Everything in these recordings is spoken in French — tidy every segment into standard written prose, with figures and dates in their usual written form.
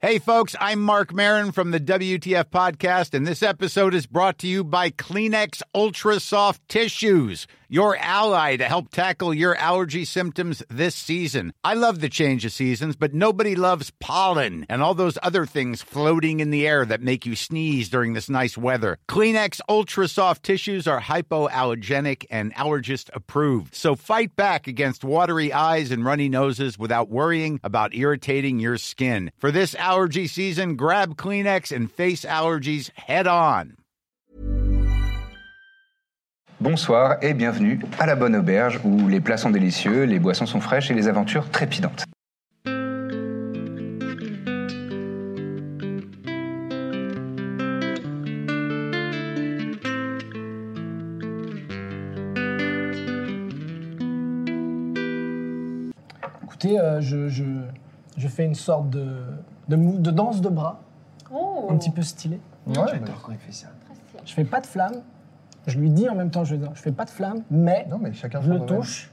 Hey, folks, I'm Mark Maron from the WTF Podcast, and this episode is brought to you by Kleenex Ultra Soft Tissues, your ally to help tackle your allergy symptoms this season. I love the change of seasons, but nobody loves pollen and all those other things floating in the air that make you sneeze during this nice weather. Kleenex Ultra Soft Tissues are hypoallergenic and allergist approved, so fight back against watery eyes and runny noses without worrying about irritating your skin. For this allergy season, grab Kleenex and face allergies head on. Bonsoir et bienvenue à la Bonne Auberge où les plats sont délicieux, les boissons sont fraîches et les aventures trépidantes. Écoutez, je fais une sorte de danse de bras, un petit peu stylé. Ouais, j'adore quand il fait ça. Je fais pas de flamme. Je lui dis en même temps, je fais pas de flamme, mais, Non, mais chacun je son le domaine. touche.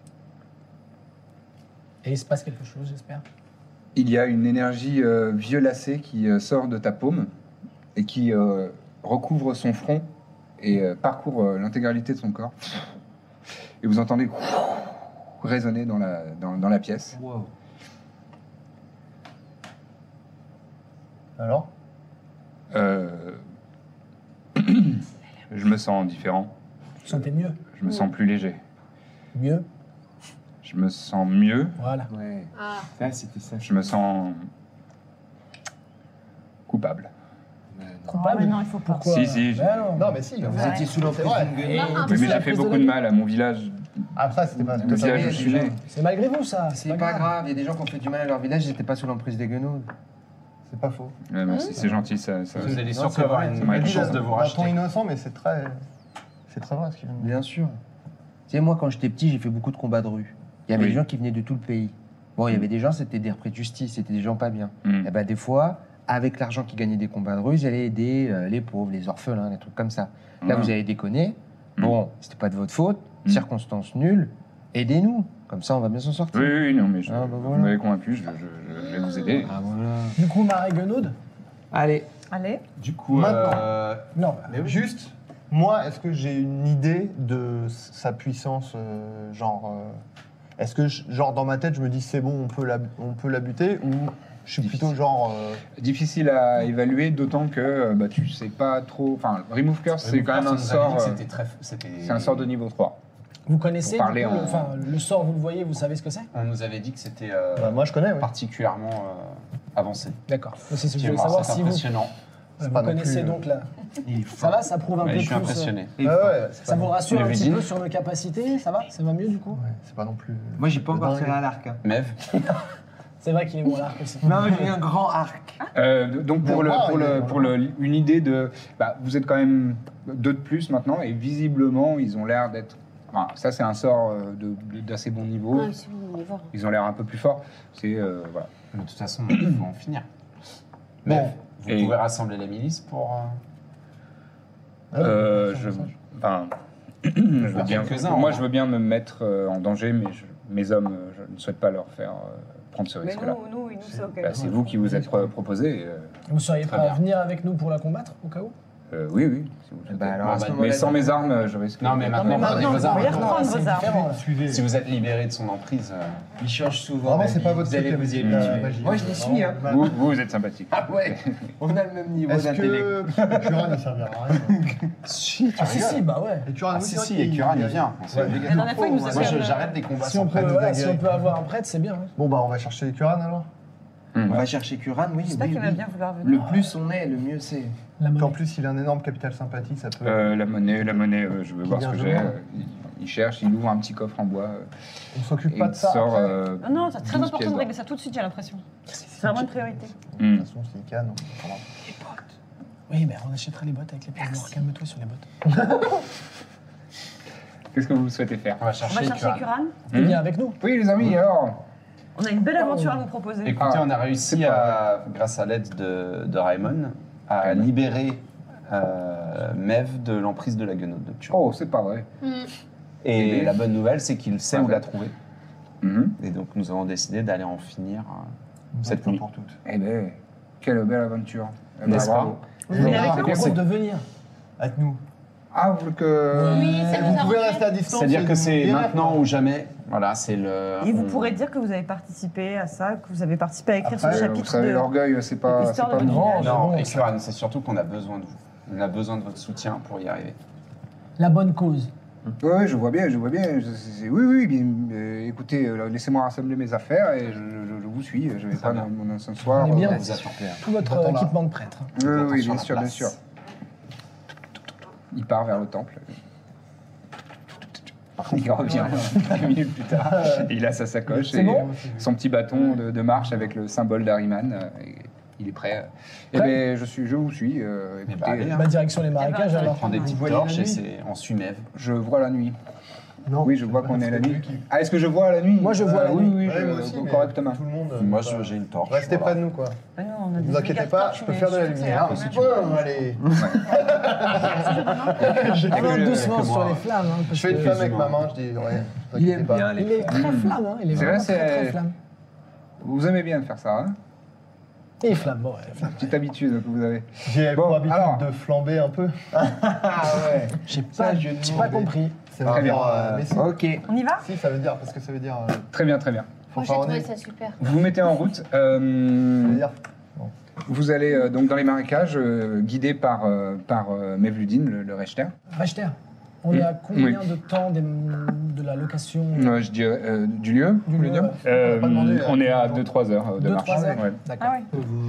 Et il se passe quelque chose, j'espère. Il y a une énergie violacée qui sort de ta paume et qui recouvre son front et parcourt l'intégralité de son corps. Et vous entendez résonner dans la pièce. Wow. Alors Je me sens différent, Vous sentez mieux? je me sens plus léger, Mieux? je me sens mieux, Voilà. Ouais. Ah. Ça, c'était ça. je me sens coupable. Coupable? non, il faut pas. Pourquoi? Si, Ben non. Non, mais si, Vous étiez sous l'emprise d'une Et- guenille. Oui, mais j'ai fait beaucoup de mal à mon village. Après, c'était pas Le village où je suis né. C'est malgré vous, ça. C'est pas grave, il y a des gens qui ont fait du mal à leur village, ils n'étaient pas sous l'emprise des guenaudes. C'est pas faux. Ouais, merci, c'est gentil, ça. Vous allez Non, surtout c'est avoir vrai. une Ouais, Il dit chance de vous d'un racheter. ton innocent, mais c'est très vrai ce qu'il vient de dire. Bien sûr. Tu sais, moi, quand j'étais petit, j'ai fait beaucoup de combats de rue. Il y avait Oui. des gens qui venaient de tout le pays. Bon, il y avait des gens, c'était des repris de justice, c'était des gens pas bien. Mm. Et ben, des fois, avec l'argent qu'ils gagnaient des combats de rue, ils allaient aider les pauvres, les orphelins, des trucs comme ça. Là, Ouais. vous avez déconné. Mm. Bon, c'était pas de votre faute. Mm. Circonstances nulles. Aidez-nous. Comme ça, on va bien s'en sortir. Oui, non, mais Ah, bah vous voilà. m'avez convaincu, je vais vous aider. Ah, voilà. Du coup, Marie Guenaude? Allez. Allez. Du coup, Maintenant. Non. Mais juste, moi, est-ce que j'ai une idée de sa puissance, est-ce que, genre, dans ma tête, je me dis c'est bon, on peut la buter, ou je suis plutôt genre... Difficile à évaluer, d'autant que tu sais pas trop. Enfin, Remove Curse, c'est quand même un sort. C'est un sort de niveau 3. Vous connaissez Pour du parler coup, en- le sort, vous le voyez, vous savez ce que c'est? on nous avait dit que c'était bah, moi, je connais, oui. particulièrement avancé. D'accord. C'est ce que je voulais Effectivement, savoir c'est si vous, impressionnant. C'est vous pas non connaissez plus, donc là. Ça va, ça prouve un Ouais, peu je suis plus. impressionné. Ah ouais, c'est Ça pas vous non- rassure un l'avez petit dit peu sur nos capacités? Ça va? Ça va mieux du coup? ouais, c'est pas non plus... Moi, j'ai pas encore dingue. tiré à l'arc. Hein. Mev, C'est vrai qu'il est bon l'arc aussi. Non, j'ai un grand arc. Donc pour une idée de, vous êtes quand même 2 de plus maintenant et visiblement ils ont l'air d'être. Enfin, ça c'est un sort d'assez bon niveau. Ah, c'est bon, on y va. Ils ont l'air un peu plus forts. C'est voilà. de toute façon, il faut en finir. Mev, vous Et- pouvez rassembler la milice pour... Je veux bien. quelques-uns, Moi hein. je veux bien me mettre en danger, mais mes hommes, je ne souhaite pas leur faire prendre ce Mais risque-là. nous, c'est ok. C'est vous qui vous êtes proposé. Vous seriez prêt Très à bien. venir avec nous pour la combattre au cas où? Oui, si vous le souhaitez. Bah, alors, à ce bah, moment-là, Mais sans mes armes, je risque. Non, mais maintenant, prenez vos vous armes. pouvez reprendre C'est vos armes. différent là. Si vous êtes libéré de son emprise... Il change souvent. Vraiment, c'est pas votre Vous allez truc, vous y la habituer. magie. Moi, je les suis. Hein. Vous êtes sympathique. Ah ouais, on a le même niveau Est-ce d'intellect. que Kuran, il servira à rien? Ah si, bah ouais. Et Kuran, Ah oui, si, c'est vrai si, qu'il- et Kuran, il vient. Ouais. La dernière fois, il nous a Moi, fait... j'arrête des combats Si sans on, peut, prêtre. voilà, si on peut avoir un prêtre, c'est bien. hein. Bon, bah, on va chercher Kuran, alors. On va chercher Kuran, oui. J'espère oui, qu'il va oui. bien vouloir venir. Le plus on est, le mieux c'est. La En monnaie. plus, il a un énorme capital sympathie, ça peut... La monnaie, je veux voir ce que j'ai. Il cherche, il ouvre un petit coffre en bois. On s'occupe Et pas il de ça. sort. après. Non, non, c'est très 12 important pièces de régler d'or. ça tout de suite, j'ai l'impression. C'est vraiment une priorité. De Hmm. toute façon, c'est les cannes. Oui, mais on achètera les bottes avec les pièces d'or. Calme-toi sur les bottes. Qu'est-ce que vous souhaitez faire On va On chercher va chercher Kuran. Kuran. Tu viens avec nous? Oui, les amis, alors. On a une belle aventure à vous proposer. Écoutez, Ah, on a réussi, c'est grâce à l'aide de Raymond, à libérer Mev de l'emprise de la guenaude de Turan. Oh, c'est pas vrai. Et la bonne nouvelle, c'est qu'il sait où la trouver. Mhm. Et donc, nous avons décidé d'aller en finir cette Cette fois nuit. pour toutes. Eh ben, Quelle belle aventure. Eh ben, N'est-ce pas bravo. Vous venez avec Par nous contre, de venir. Avec nous. Ah, vous voulez que... Oui, ça Vous nous pouvez arrange. rester à distance. C'est-à-dire et que nous c'est guérir, maintenant quoi. ou jamais. Voilà, c'est le. Et vous on- pourrez dire que vous avez participé à ça, que vous avez participé à écrire Après, ce vous chapitre savez, de... l'orgueil, c'est pas l'histoire de bon. votre village. Non, bon, et ça. Kuran, c'est surtout qu'on a besoin de vous. On a besoin de votre soutien pour y arriver. La bonne cause. Oui, je vois bien. Oui, bien, écoutez, laissez-moi rassembler mes affaires et je vous suis. Je vais Très prendre bien. mon encensoir. On est bien. On vous attend. Tout votre Attends, là. équipement de prêtre. Oui, Attends oui, sur bien la sûr, bien place. sûr. Il part vers le temple. Il revient 2 minutes plus tard. Et il a sa sacoche C'est et bon son petit bâton de marche avec le symbole d'Ariman. Il est prêt. Eh bien, je vous suis. Écoutez, bah, allez, hein. Ma direction les marécages Eh ben, On alors. prend des petites voyez la torches et nuit on suit Mev. je vois la nuit. Non, Oui, je vois qu'on est la nuit. lui qui- Ah, est-ce que je vois la nuit Moi, je vois la oui, nuit. Oui, Ouais, moi aussi, mais correctement. Tout le monde. Moi, voilà. j'ai une torche. Restez voilà. pas de nous, quoi. Ah non, on a Ne des vous inquiétez méga pas, torches, je peux mais faire de la je sais que lumière. c'est Si la tu veux, allez. On va doucement que sur moi. les flammes. Hein, parce Je fais une que- flamme avec ma main, je dis, ouais, ne Il vous aime inquiétez pas. bien les Il est très flamme, hein. Il est C'est vraiment vrai, très c'est- flamme. Vous aimez bien faire ça, hein? Et flamme, bon, ouais, flamme. Petite habitude que vous avez. J'ai Bon, pour habitude alors. de flamber un peu. Ah ouais. J'ai pas, je j'ai pas compris. Ça Très veut bien. dire. Mais si, Ok. On y va si, ça veut dire, parce que ça veut dire. Très bien, très bien. Moi, j'ai trouvé fanfaronner. ça super. Vous vous mettez en route. Ça veut dire. Vous allez donc dans les marécages, guidé par Mevludin, le Rechter. Rechter, on est à combien de temps de la location Je dis du lieu, vous voulez dire On a pas demandé, On est à non. 2-3 heures de 2-3 marche. heures Ouais. D'accord. Ah ouais.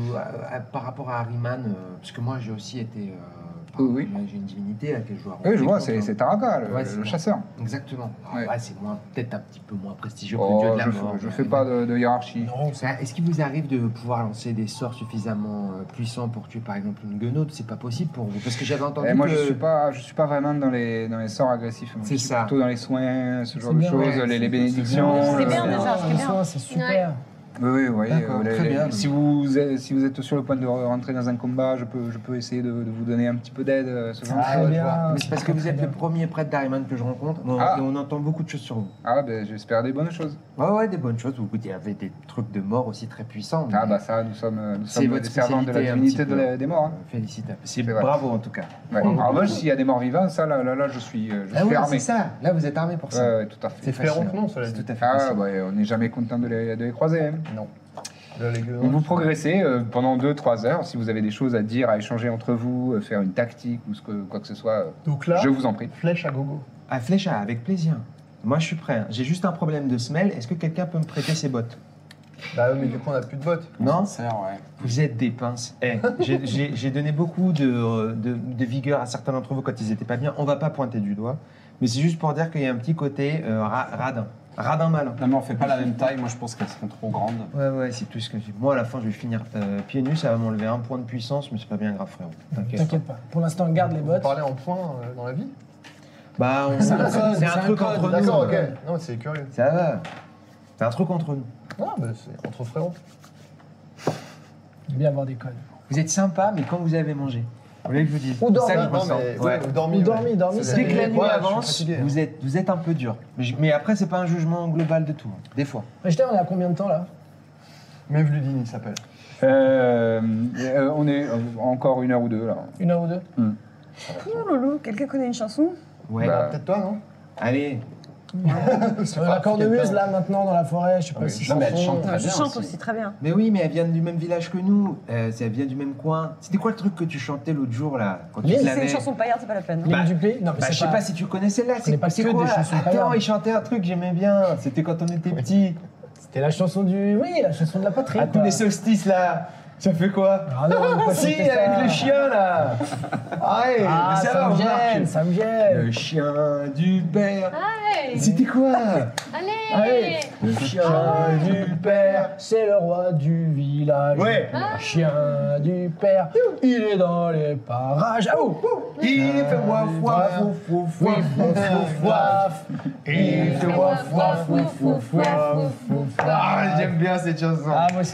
Par rapport à Harryman, parce que moi j'ai aussi été. Oui. J'ai une divinité à laquelle je dois Oui, je vois, rendre compte, c'est Taraka, Ouais, le c'est bon. chasseur. Exactement. Ouais. Ouais, c'est peut-être un petit peu moins prestigieux que Oh, le dieu de la je mort. je fais pas de hiérarchie. Non, c'est- Est-ce qu'il vous arrive de pouvoir lancer des sorts suffisamment puissants pour tuer par exemple une guenaude? C'est pas possible pour vous? Parce que j'avais entendu Et moi, que... je suis pas vraiment dans les sorts agressifs. Moi, C'est je suis ça. plutôt dans les soins, ce genre C'est de bien, choses, ouais, les c'est bénédictions. C'est bien, le- déjà, c'est les bien. soins, c'est super. Oui, vous voyez, D'accord, très bien. si vous êtes sur le point de rentrer dans un combat, je peux essayer de vous donner un petit peu d'aide, ce genre de Très choses. bien. Mais c'est parce que vous êtes le premier prêtre d'Harryman que je rencontre, Ah. et on entend beaucoup de choses sur vous. Ah, ben j'espère des bonnes choses. Ouais, des bonnes choses. Vous il y avait des trucs de mort aussi très puissants. Ah, mais bah ça, nous sommes c'est des votre servants de la spécialité un divinité petit peu. des morts. Hein. Félicitations. C'est vrai. Bravo en tout cas. Ouais. En revanche, s'il y a des morts vivants, ça, là, je suis Ah oui, armé. c'est ça. Là, vous êtes armé pour ça. Ouais, tout à fait. C'est flairant que non, cela C'est dit. tout à fait Ah, possible. ouais, on n'est jamais content de les croiser. Hein. Non. Là, les gueux, Donc vous progressez pendant 2-3 heures. Si vous avez des choses à dire, à échanger entre vous, faire une tactique ou quoi que ce soit, Donc là, je vous en prie. flèche à gogo. Ah, Flécha, avec plaisir. Moi, je suis prêt. Hein. J'ai juste un problème de semelle. Est-ce que quelqu'un peut me prêter ses bottes? Bah oui, mais du coup, on a plus de bottes. Non? Sincère, ouais. Vous êtes des pinces. J'ai donné beaucoup de vigueur à certains d'entre vous quand ils étaient pas bien. On va pas pointer du doigt. Mais c'est juste pour dire qu'il y a un petit côté radin. Radin malin. Non, mais on fait pas la même taille. Moi, je pense qu'elles seront trop grandes. Ouais, c'est tout ce que j'ai. Moi, à la fin, je vais finir pieds nus. Ça va m'enlever 1 point de puissance, mais c'est pas bien grave, frérot. T'inquiète pas. Pour l'instant, garde les Vous bottes. parlez en point dans la vie. Bah, C'est un code, c'est c'est un un truc code. entre nous. D'accord, ok. Non, c'est curieux. Ça va. C'est un truc entre nous. Ah, bah c'est entre frérots. J'aime bien avoir des codes. Vous êtes sympa, mais quand vous avez mangé. Vous voulez que je vous dise? Ou C'est dormi. ça que je Non, ressens. mais Ouais. ou dormi. Ou dormi, dormi, C'est c'est- Dès que la nuit Ouais, je suis avance, fatigué. vous êtes un peu dur. Mais après, c'est pas un jugement global de tout. hein. Des fois. Rechter, on est à combien de temps là? Mevludin, il s'appelle. On est encore 1 heure ou 2 là. 1 heure ou 2? Oh loulou, quelqu'un connaît une chanson? Ouais. Bah, Peut-être toi, non Allez. La cornemuse là maintenant dans la forêt, je sais pas si Non, mais elle c'est chante très Je bien chante aussi. aussi très bien. Mais oui, mais elle vient du même village que nous. Elle vient du même coin. C'était quoi le truc que tu chantais l'autre jour là quand tu L'île, te Si c'est lavais? une chanson paillarde, c'est pas la peine. L'île du pays? Non, mais Bah, je c'est sais pas si tu connais celle-là. connais pas que quoi des chansons Attends, paillardes. il chantait un truc, j'aimais bien. C'était quand on était petits. C'était la chanson du. Oui, la chanson de la patrie. À quoi. tous les solstices là. Ça fait quoi? Ah non, on peut pas Si, chanter ça. avec le chien là. Arrête, Ah, mais ça va, me on gêne, marche. ça me gêne. Le chien du père. Allez, C'était quoi? allez. Le chien du père. C'est le roi du village. Ouais. Le chien du père. Il est dans les parages. Ah, ouh, ouh. Il fait waf waf waf waf Oui, waf wouf, wouf, waf. Il fait waf, waf, wouf, wouf, waf, wouf, wouf, waf. Ah, j'aime bien cette chanson. Ah, moi aussi.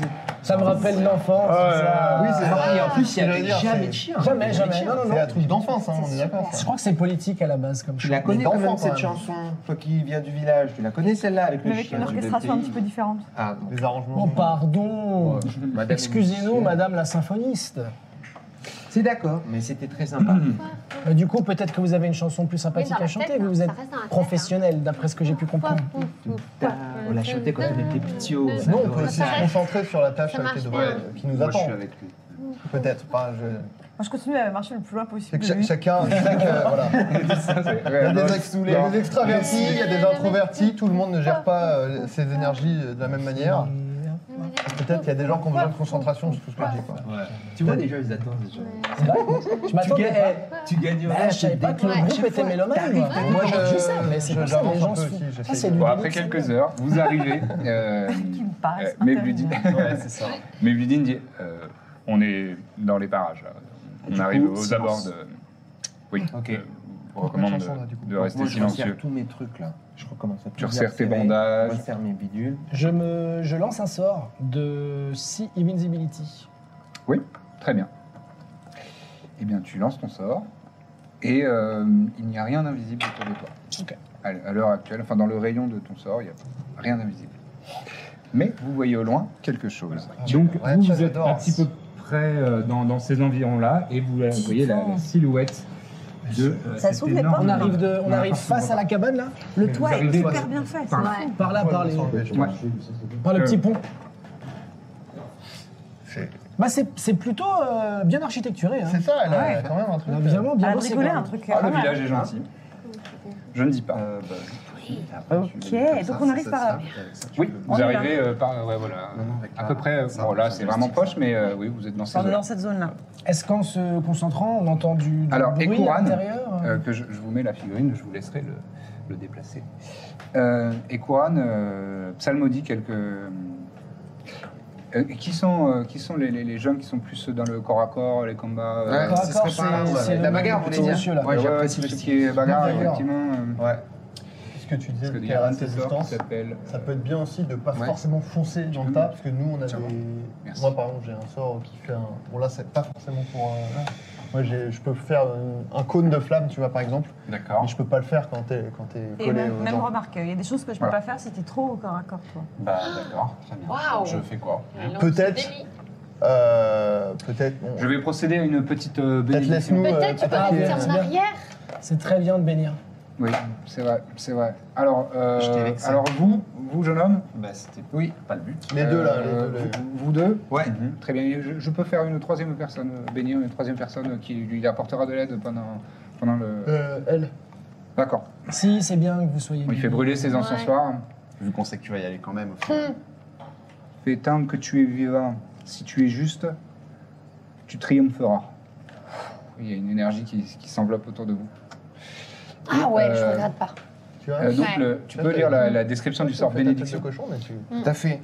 Ça me rappelle l'enfance. ça. Oui, c'est ça. Et en plus, il y avait J'allais dire, jamais c'est- de chien. Jamais, jamais. Non, non, C'est non. un truc d'enfance, hein, on est d'accord. Je crois que c'est politique à la base comme Tu chant. la connais quand d'enfant, même quand cette même. chanson, toi qui viens du village, tu la connais celle-là avec le Mais avec chien une du orchestration un pays. petit peu différente. Ah non. Les arrangements. Oh, pardon. Madame Excusez-nous, est madame la symphoniste. C'est d'accord, mais c'était très sympa. Mais du coup, peut-être que vous avez une chanson plus sympathique dans la à chanter, tête, vu que vous êtes ça reste dans la tête, professionnel, d'après ce que j'ai pu comprendre. On l'a chanté quand on était petits. Sinon, on peut aussi se concentrer sur la tâche Ça marche qui nous bien. Moi, je attend. suis avec lui. Peut-être. Enfin, Moi, je continue à marcher le plus loin C'est possible. que de lui. chacun, voilà. Il y a des extravertis, il y a des introvertis, tout le monde ne gère pas ses énergies de la même manière. Peut-être qu'il y a des gens qui ont besoin de concentration sur tout ce que je dis. Quoi. Tu vois déjà, ils attendent déjà. Je m'attendais. Tu gagnes. Je savais pas que le groupe était mélomane. Moi, je sais, mais c'est pour ça que les j'avance gens un peu se aussi. foutent. j'essaie Ah, c'est de- du Bon, après délire, quelques heures, vous arrivez. Qui me paraissent Mevludin interminables. c'est ça. Mevludin dit on est dans les parages. Là. On Du arrive coup, aux silence. abords de. Oui. Ok. Je vous recommande chanson, là, du coup. de rester Moi, je resserre silencieux. tous mes trucs là. Je recommence à tout Tu resserres tes serrer. bandages. Je resserre mes bidules. Je lance un sort de 6 Invincibility. Oui, très bien. Eh bien, tu lances ton sort et il n'y a rien d'invisible autour de toi. Ok. À l'heure actuelle, enfin dans le rayon de ton sort, il n'y a rien d'invisible. Mais vous voyez au loin quelque chose. Donc Ouais, vous, ça, vous êtes j'adore. un petit peu près dans ces environs-là et vous voyez la silhouette de Ça cette s'ouvre les énorme- portes On arrive face à la cabane là. Le toit est arrivez- hyper bien fait. c'est Par- fou. Par là, par, les, Ouais. par le petit pont. C'est Bah c'est plutôt bien architecturé. Hein. c'est ça, elle a Ouais. quand même un truc. On a bien Elle bien a bossé, bricolé quoi. un truc. Ah, pas le mal. village est gentil. Je ne dis pas. Ok, donc on arrive par là. Oui, On vous est arrivez par voilà, à peu près. Bon, là, c'est vraiment proche, mais oui, vous êtes dans ces On est zones. dans cette zone-là. Est-ce qu'en se concentrant, on entend du Alors, bruit à Ekouran, l'intérieur que je vous mets la figurine, je vous laisserai le déplacer. Ekouran psalmodie quelques. Qui sont les jeunes qui sont plus dans le corps à corps, les combats Ouais, Corps à ce corps, serait pas mal, c'est ouais. le La nom bagarre, du on petit est bien. monsieur, là. Ouais, j'apprécie tout le ce style. qui est bagarre, Bagarre. effectivement. Ouais. Puisque tu disais Parce que qu'il tu y a un resté petit sort qui distance, s'appelle. ça peut être bien aussi de pas Ouais. forcément foncer dans le tas, parce que nous on a Ça des... va. Merci. Moi par exemple j'ai un sort qui fait un... Bon là c'est pas forcément pour... Moi je peux faire un cône de flamme, tu vois par exemple, D'accord. mais je peux pas le faire quand t'es Et collé même, aux même gens. remarque, il y a des choses que je peux Voilà. pas faire si t'es trop au corps à corps, toi. Bah d'accord, très bien. Waouh. Je fais quoi Peut-être. Peut-être... bon, Je vais procéder à une petite Peut-être bénédiction. laisse-nous Peut-être tu peux attaquer, revenir en arrière. C'est très bien de bénir. Oui, c'est vrai, c'est vrai. Alors, Je t'ai vexé. alors vous, jeune homme, Bah c'était oui, pas le but. Les deux là, les Euh, deux, les- vous deux, Ouais. très bien. Je peux faire une troisième personne, bénir une troisième personne qui lui apportera de l'aide pendant le. Elle. D'accord. Si, c'est bien que vous soyez. Il fait brûler ses Ouais. encensoirs. Vu qu'on sait que tu vas y aller quand même au final. Fais tant que tu es vivant. Si tu es juste, tu triompheras. Il y a une énergie qui s'enveloppe autour de vous. Ah ouais, je Euh, regrette pas. Tu vois Donc, Ouais. tu peux lire la description du sort Tu fais ta tête de bénédiction. cochon, mais tu... Tout à fait.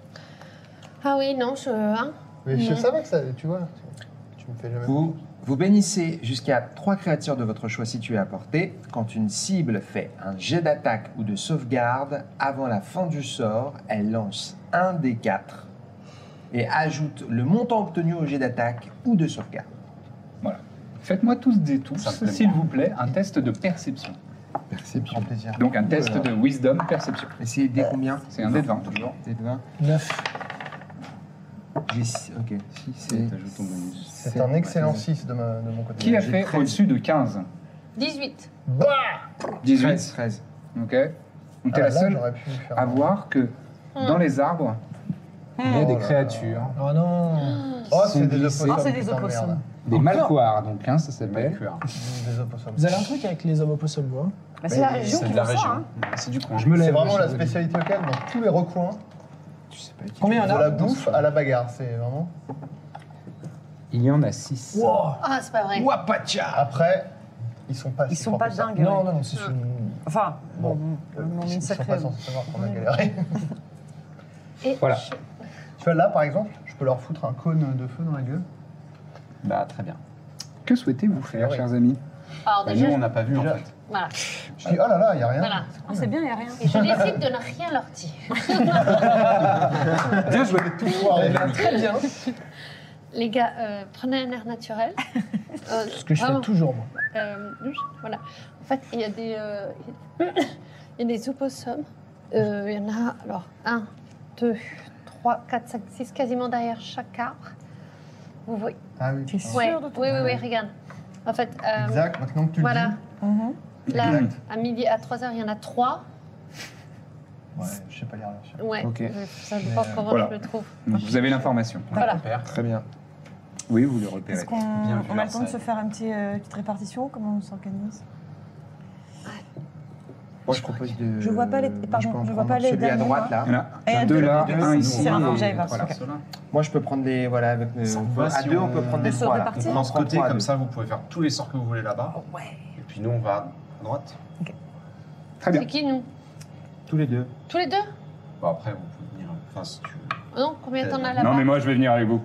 Ah oui, non, Mais je Non. savais que ça... Tu vois, tu me fais jamais... Vous bénissez jusqu'à 3 créatures de votre choix situées à portée. Quand une cible fait un jet d'attaque ou de sauvegarde, avant la fin du sort, elle lance un des 4 et ajoute le montant obtenu au jet d'attaque ou de sauvegarde. Voilà. Faites-moi tous des tous, Ça me plaît s'il vous plaît, un test de perception. Perception. Grand plaisir. Donc un test de wisdom perception. Et c'est des combien C'est un dé de 20 toujours. Des de 20 9. J'ai 6. Ok. 6 Et et... t'ajoutes ton bonus. C'est un excellent 6 de mon côté. Qui a J'ai fait 13. au-dessus de 15 18. 18. 13. Ok. Donc t'es Ah, la là, seule j'aurais pu faire à voir que dans les arbres, Il y a des Oh là créatures, Oh non. Oh, c'est des glissés. opossums. Oh, c'est des putain de opossums. merde. des malcoires, donc hein, ça s'appelle. Des opossums. Vous avez un truc avec les hommes opossums, vous, hein Bah, c'est la région C'est qui de la veut ça, région. hein. C'est du coin. Je me C'est lève. vraiment la je- spécialité locale dans tous les recoins. Tu sais pas qui Combien il y en De a la bouffe à la bagarre, c'est vraiment. Il y en a 6. Wow. Ah, c'est pas vrai. Après, ils sont pas. Ils si sont forts pas que ça. dingues. Non, ouais. non, non, c'est sûr. Enfin, bon, Ils on est une sont sacrée. pas censés savoir qu'on a galéré. Et Voilà. Tu vois, là, par exemple, je peux leur foutre un cône de feu dans la gueule. Bah très bien. que souhaitez-vous faire, Oui. chers amis? Alors Bah, déjà, nous on n'a pas vu en fait. Voilà. Je dis, oh là là, il n'y a rien. Voilà. Oh, c'est bien, il n'y a rien. Et je décide de ne rien leur dire. Bien joué. Tout foiré. Très bien. Les gars, prenez un air naturel. Ce que je fais toujours, moi. Voilà. En fait, il y a des opossums. Il y en a, alors, 1, 2, 3, 4, 5, 6, quasiment derrière chaque arbre. Vous voyez. Ah oui. T'es putain. sûr Ouais, de ton- oui, regarde. En fait, Exact, maintenant que tu voilà. le Mhm. Là, Exact. à midi, à 3h, il y en a 3. dis. Ouais, je sais pas lire là. Ouais, Ok. ça dépend comment Voilà. je le trouve. Donc, vous avez l'information. Voilà. Très bien. Oui, vous le repérez. Est-ce qu'on Bien vu, on a le temps de Marcel. se faire une petite répartition? Comment on s'organise? Moi, je propose de. Je vois pas les- pardon, peux en je vois prendre pas les celui à derniers, droite, là. Il y en a Et à deux deux, là, deux, un c'est ici. nous. et- J'avais pas, voilà. ok. Moi, je peux prendre des. Voilà, avec mes. Ça on va peut- à si deux, on- on peut prendre des on se trois, là. répartit On prend ce côté, trois à comme deux. ça vous pouvez faire tous les sorts que vous voulez là-bas. Ouais. Et puis nous, on va à droite. Très bien. C'est qui, nous? Tous les deux. Tous les deux? Bon, après, on peut venir. Enfin, si tu veux. Non, combien t'en as là-bas? Non, mais moi, je vais venir avec vous.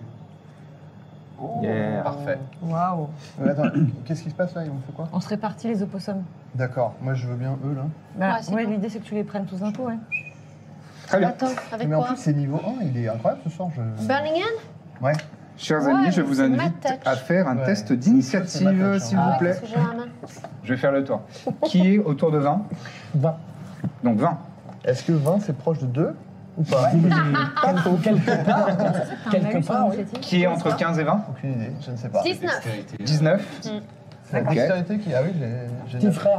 Yeah. Parfait. Waouh. Attends, qu'est-ce qui se passe là? Ils ont fait quoi? On se répartit les opossums. D'accord, moi je veux bien eux là. Bah, c'est ouais, bon. l'idée c'est que tu les prennes tous d'un coup, ouais. Très bien. Attends, avec Mais en quoi? plus c'est niveau 1, il est incroyable ce soir. Burning Hand? Ouais. Chers Ouais, amis, je vous c'est ma invite touch. à faire un Ouais. test C'est ma d'initiative, touch, s'il hein. vous Ah ouais, plaît. parce que j'ai la main. Je vais faire le tour. Qui est autour de 20 20. Donc 20. Est-ce que 20 c'est proche de 2 ou pas? Quelque part. Quelque part, oui. Qui est entre 15 et 20 Aucune idée, je ne sais pas. 19. Dextérité. 19. La Ok. dextérité qui. Ah oui, j'ai. Petit frère.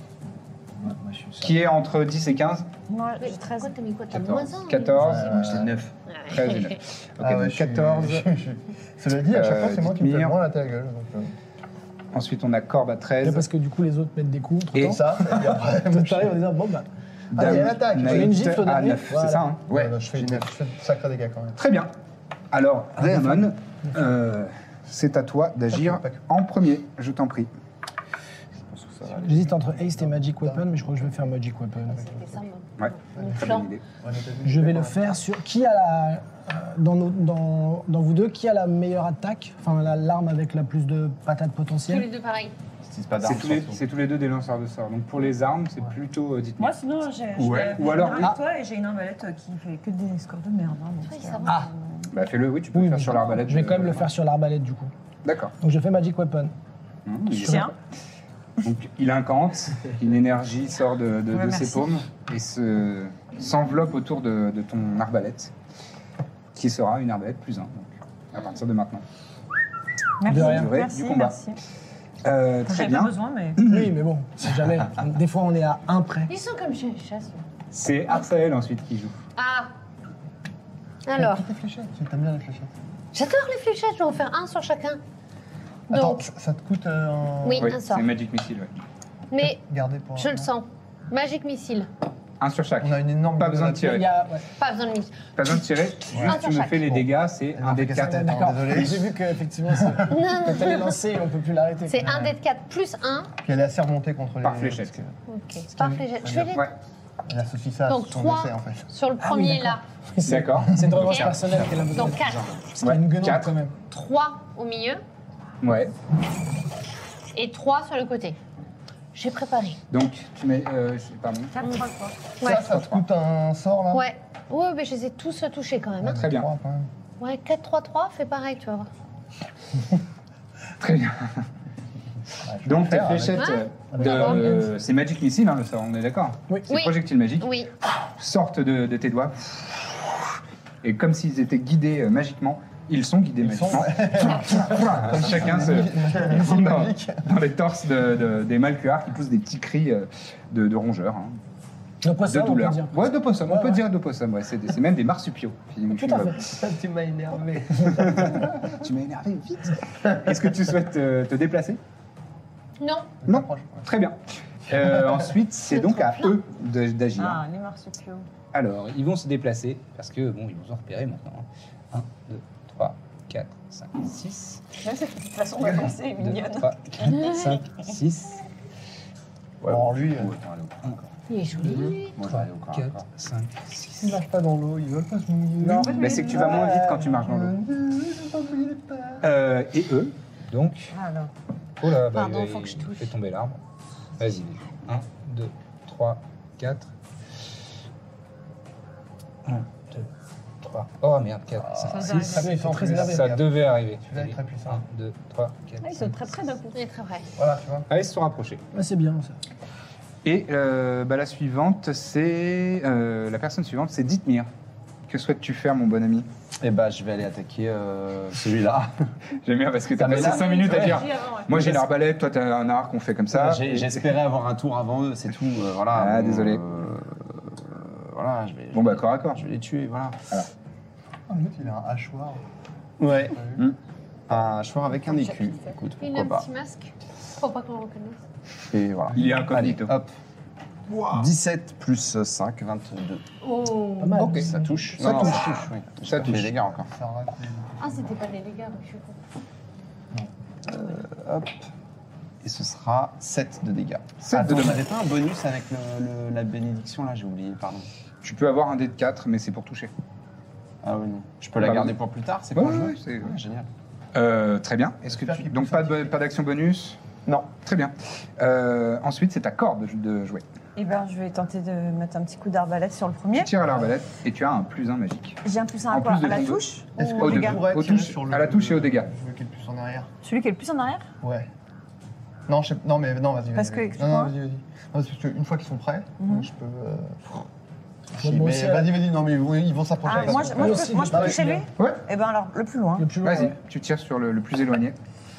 Qui est entre 10 et 15 Moi, Mais j'ai 13. pourquoi t'as mis quoi? T'as 14. moins un, 14. mais- C'est 9. 13 et 9. Ok, Ah ouais, donc je suis- 14. Cela dit, à chaque fois c'est moi qui me fais Dithmir. moins la ta gueule. Donc, Ensuite, on a Corbe à 13. Parce que du coup, les autres mettent des coups. Et entre ça, et après. temps. T'arrives en disant, bon, bah. Allez, elle attaque. Tu mets une gifle au à dernier. 9, Voilà. c'est ça hein Ouais, je fais de sacrés dégâts quand même. Très bien. Alors, Raymond, c'est à toi d'agir Pas que. en premier, je t'en prie. J'hésite entre Haste et Magic Weapon, mais je crois que je vais faire Magic Weapon. C'était ça, mon Ouais, très plan. bonne idée. Je vais le faire sur. Qui a la. Dans vous deux, qui a la meilleure attaque? Enfin, l'arme avec la plus de patates Tous les potentielles? deux pareil. C'est pas C'est d'armes tous, c'est tous les deux des lanceurs de sorts. Donc pour les armes, c'est plutôt dites-moi. Moi, sinon, j'ai Ouais. je Ou alors- avec Ah. toi et j'ai une arbalète qui fait que des scores de merde. Hein, donc Oui, c'est- ça va. Ah. Bah fais-le, oui, tu peux Oui, le faire mais sur l'arbalète. Je vais quand même le faire sur l'arbalète du coup. D'accord. Donc je fais Magic Weapon. Il est Tiens. Donc il incante, une énergie sort de Ouais, ses merci. paumes et s'enveloppe autour de ton arbalète, qui sera une arbalète plus 1, donc à partir de maintenant. Merci, De rien. Durée merci, du combat. merci. Très J'avais bien. pas besoin, mais... Oui, mais bon, si jamais. Des fois, on est à 1 près. Ils sont comme chez les chasses. C'est Arsael ensuite qui joue. Ah. Alors, Les fléchettes, t'aimes bien les fléchettes. j'adore les fléchettes, je vais en faire un sur chacun. Attends, Donc, ça te coûte un. oui, Oui, un sort. c'est Magic Missile, ouais. Mais Gardez pour. je le sens. Magic Missile. Un sur chaque. On a une énorme. Pas besoin de Il tirer. y a. Ouais. Pas besoin de missile. Pas besoin de tirer, Un juste sur tu me chaque. fais les dégâts, c'est Elle un m'a dé fait de casser 4. la tête. D'accord. Désolé. J'ai vu qu'effectivement, c'est. Non, non, Quand elle est lancée, on peut plus l'arrêter. c'est un dé de 4 plus 1. Puis elle est assez remontée contre les. Par fléchette. Ok, par fléchette. Je fais les Ouais, Elle a saucissage Donc, sur son 3 essai en fait. sur le premier là. d'accord. C'est une revanche Ok. personnelle qu'elle a besoin. Donc 4. Parce qu'il y a une guenante Quatre. quand même. 3 au milieu Ouais. et 3 sur le côté. J'ai préparé. Donc, tu mets. Pardon. 4, 3, 3. Ouais. Ça te coûte un sort là. Ouais. Ouais, mais je les ai tous touchés quand même. Hein. Très bien. 3, quand même. Ouais, 4, 3, 3, fais pareil, tu vas voir. Très bien. Ouais, je vais Donc, le tes faire avec- fléchettes, Ouais. c'est Magic Missile, hein, le sort, on est d'accord? Oui. C'est Oui. projectile magique. Oui. Sortent de tes doigts. Et comme s'ils étaient guidés magiquement, ils sont guidés Ils sont- magiquement. Chacun se C'est dans, magique. dans les torses des Malcuars qui poussent des petits cris de rongeurs, hein, D'opossum, de on peut douleur. dire. Ouais, d'opossum, on Ouais, peut ouais. dire d'opossum, ouais, c'est même des marsupiaux. Tout à fait. Tu m'as énervé. Tu m'as énervé, vite. Est-ce que tu souhaites te déplacer? Non. Non. Très bien. Ensuite, c'est donc à eux d'agir. Ah, les marsupiaux. Alors, ils vont se déplacer parce que, bon, ils vous ont repéré maintenant. 1, 2, 3, 4, 5, 6. Même cette petite façon d'avancer est 2, mignonne. 3, 4, 5, 6. Alors lui, Il est joli. Moi, je vais aller au corps à 4, corps. 5, 6. il marche pas dans l'eau, il veut pas se mouiller. Non. Mais c'est que tu vas moins vite quand tu marches dans l'eau. Et eux, donc. Ah, alors. Oh là, bah, Pardon, il faut que je touche. fait tomber l'arbre. Vas-y. 1, 2, 3, 4. 1, 2, 3. Oh merde, 4, 5, 6. Très bien, il fait très énervé. Ça devait arriver. Celui-là est très puissant. 1, 2, 3, 4. Ah, ils sont très près d'un coup. Il est très vrai. Voilà, tu vois. Allez, ils se sont rapprochés. Ah, c'est bien ça. Et la suivante, c'est. La personne suivante, c'est Dithmir. Que souhaites-tu faire, mon bon ami? Eh ben, je vais aller attaquer celui-là. J'aime bien parce que t'as Mais passé là- 5 minutes à dire Avant, ouais. moi j'ai l'arbalète, toi t'as un arc, on fait comme ça. J'espérais avoir un tour avant eux, c'est tout. Voilà. Ah, désolé. Voilà, je vais. Bon, bah, corps à corps. Je vais les tuer, voilà. Oh, l'autre, il a un hachoir. Ouais. T'as vu Un choix avec un écu. Écoute, Il a pourquoi un pas. petit masque. Faut pas qu'on le reconnaisse. Et voilà. Il est incognito. Allez, hop. 17 plus 5, 22. Oh. Pas mal. Ok. Ça touche. Ça touche. Oui. J'ai Ça pas fait touche. les dégâts encore. Ça rate les- Ah, c'était pas les dégâts, donc je suis con. Hop. Et ce sera 7 de dégâts. 7 de Attends, dommages. j'avais pas un bonus avec la bénédiction là, j'ai oublié, pardon. Tu peux avoir un dé de 4, mais c'est pour toucher. Ah oui, non. Je peux la Bah, garder oui. pour plus tard, c'est Ouais, pour ouais, jouer ouais, c'est- Ouais, génial. Très bien. Est-ce que J'espère tu... qu'il Donc peut pas d'action bonus? Non. Très bien. Ensuite, c'est ta corde de jouer. Et ben, je vais tenter de mettre un petit coup d'arbalète sur le premier. Tu tires à l'arbalète et tu as un +1 magique. J'ai un plus un En à quoi? plus de À la ton touche Est-ce ou que au Au dégât dé- pourrais au tirer touche, sur à la touche et au dégât. Celui qui est le plus en arrière. Celui qui est le plus en arrière? Ouais. Non, non, mais non, vas-y. Parce vas-y, que, vas-y. explique-moi. Non, vas-y, vas-y. Non, parce qu'une fois qu'ils sont prêts, Mhm. je peux. Moi mais aussi, vas-y, non, mais ils vont s'approcher. Ah, avec moi, ça. Moi aussi, je peux je toucher peux. lui? Ouais. Eh ben alors, le plus loin. Le plus loin. Vas-y, ouais. tu tires sur le plus éloigné.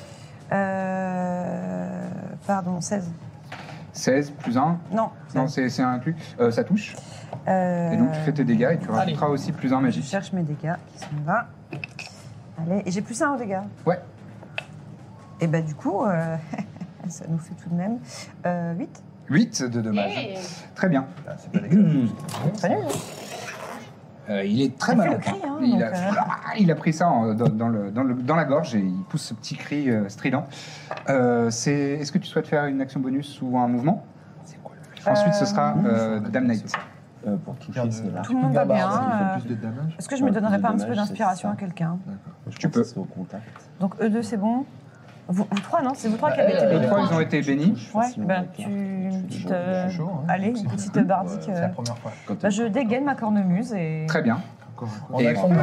Pardon, 16. 16 +1. Non. Non, c'est inclus. Ça touche. Et donc tu fais tes dégâts et tu rajouteras aussi +1 Je magique. cherche mes dégâts qui sont là. Allez, et j'ai plus un au dégâts. Ouais. Et ben du coup, ça nous fait tout de même 8. 8 de dommages. Hey. Très bien. Ah, c'est pas dégueu. Pas nul, hein. Il est très Il fait malin. le cri, hein, il, donc, il a pris ça dans la gorge et il pousse ce petit cri strident. Est-ce que tu souhaites faire une action bonus ou un mouvement? Ensuite, ce sera Damnate. Pour toucher, Regarde, c'est là. Tout le monde va bien. Plus de damage. Est-ce que je me donnerais pas un petit peu Dommage, d'inspiration c'est à ça. quelqu'un? Tu peux. C'est au contact. Donc eux deux, c'est bon. Vous trois, non? C'est vous trois qui avez été Les bénis. trois, ils ont été bénis. Ouais, ben une petite, Je suis chaud, hein. allez, une petite bardique. C'est la première fois. Bah, je dégaine ma cornemuse et. Très bien. On Et- a son nom.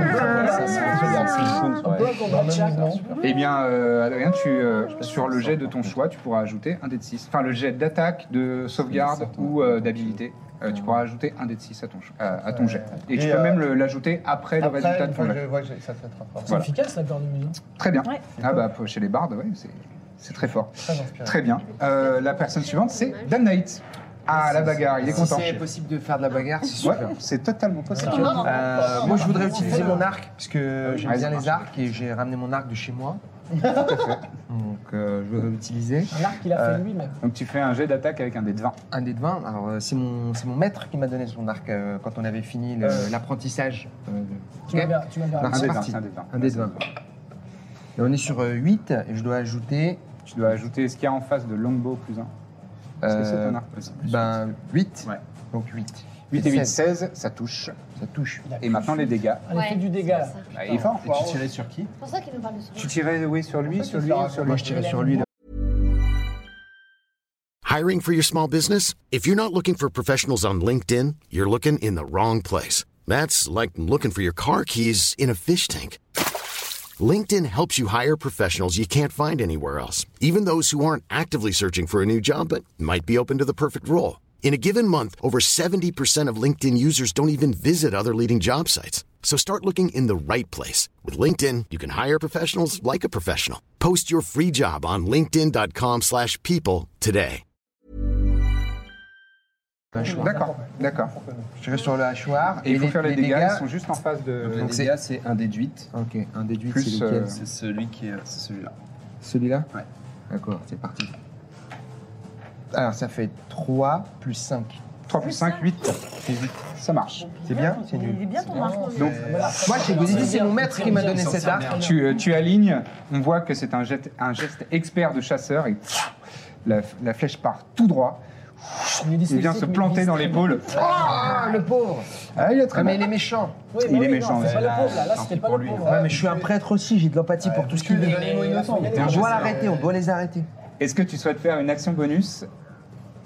Un peu un combat de chaque, non? Eh bien, Adrien, sur le jet de ton choix, tu pourras ajouter un dé de 6. Enfin, le jet d'attaque, de sauvegarde ou d'habilité. Tu pourras ajouter un dé de 6 à ton jet. Et tu Et, peux même l'ajouter après le Après, résultat de une ton fois que jet. je vois que ça te fait très fort. C'est Voilà. efficace la cornemuse. Très bien. Ouais. Ah bah, chez les bardes, ouais, c'est très fort. Très inspirant. Très bien. La personne suivante, c'est Damnate. Ah, la bagarre, il est Si content. c'est possible de faire de la bagarre, c'est Ouais, super. c'est totalement possible. Moi, je voudrais utiliser mon arc, parce que j'aime Ouais, bien ça les arcs et j'ai ramené mon arc de chez moi. Donc, je veux l'utiliser. Un arc qu'il a fait lui-même. Donc tu fais un jet d'attaque avec un dé de 20. Un dé de 20. Alors, c'est mon maître qui m'a donné son arc quand on avait fini l'apprentissage. Tu m'avais Non, Un c'est dé de 20, parti. c'est un dé de 20. Un dé de 20. Et on est sur 8 et je dois ajouter Tu dois ajouter ce qu'il y a en face de longbow +1. Est-ce que c'est ton arc aussi? 8. Ouais. Donc 8. 8 et 8, 16, ça touche. Ça touche. Et maintenant les dégâts. Allez, fais du dégât là. c'est ça. Bah, il est fort. Et tu tirais sur qui C'est pour ça qu'il nous parle de ça. Tu tirais, oui, sur lui, sur lui, sur lui. Moi, je tirais sur lui. Hiring for your small business? If you're not looking for professionals on LinkedIn, you're looking in the wrong place. That's like looking for your car keys in a fish tank. LinkedIn helps you hire professionals you can't find anywhere else, even those who aren't actively searching for a new job but might be open to the perfect role. In a given month, over 70% of LinkedIn users don't even visit other leading job sites. So start looking in the right place. With LinkedIn, you can hire professionals like a professional. Post your free job on linkedin.com/people today. D'accord, d'accord. Je tirais sur le hachoir. Et il faut faire les dégâts, ils sont juste en face de... Donc, Les c'est- dégâts, c'est un déduite. Ok, un déduit, Plus, c'est lequel C'est celui qui est. C'est celui-là. Celui-là Ouais. D'accord, c'est parti. Alors, ça fait 3 plus 5. 3 plus 5, 8. Ça marche. C'est bien? C'est Il nul. est bien ton arc. Donc, Moi, je vous ai dit, c'est mon maître qui m'a donné cet arc. tu alignes, on voit que c'est un geste expert de chasseur et la flèche part tout droit. Il vient se planter dans l'épaule. Ah, le pauvre! Ah, il est très Ah, mais bien. il est méchant. Oui, Il est oui, méchant, non, c'est pas ouais. le pauvre là. Là, c'était pas le pauvre. Ouais, mais je suis un prêtre aussi, j'ai de l'empathie pour tout ce qu'il Il dit. est innocent. On doit l'arrêter, on doit les arrêter. Est-ce que tu souhaites faire une action bonus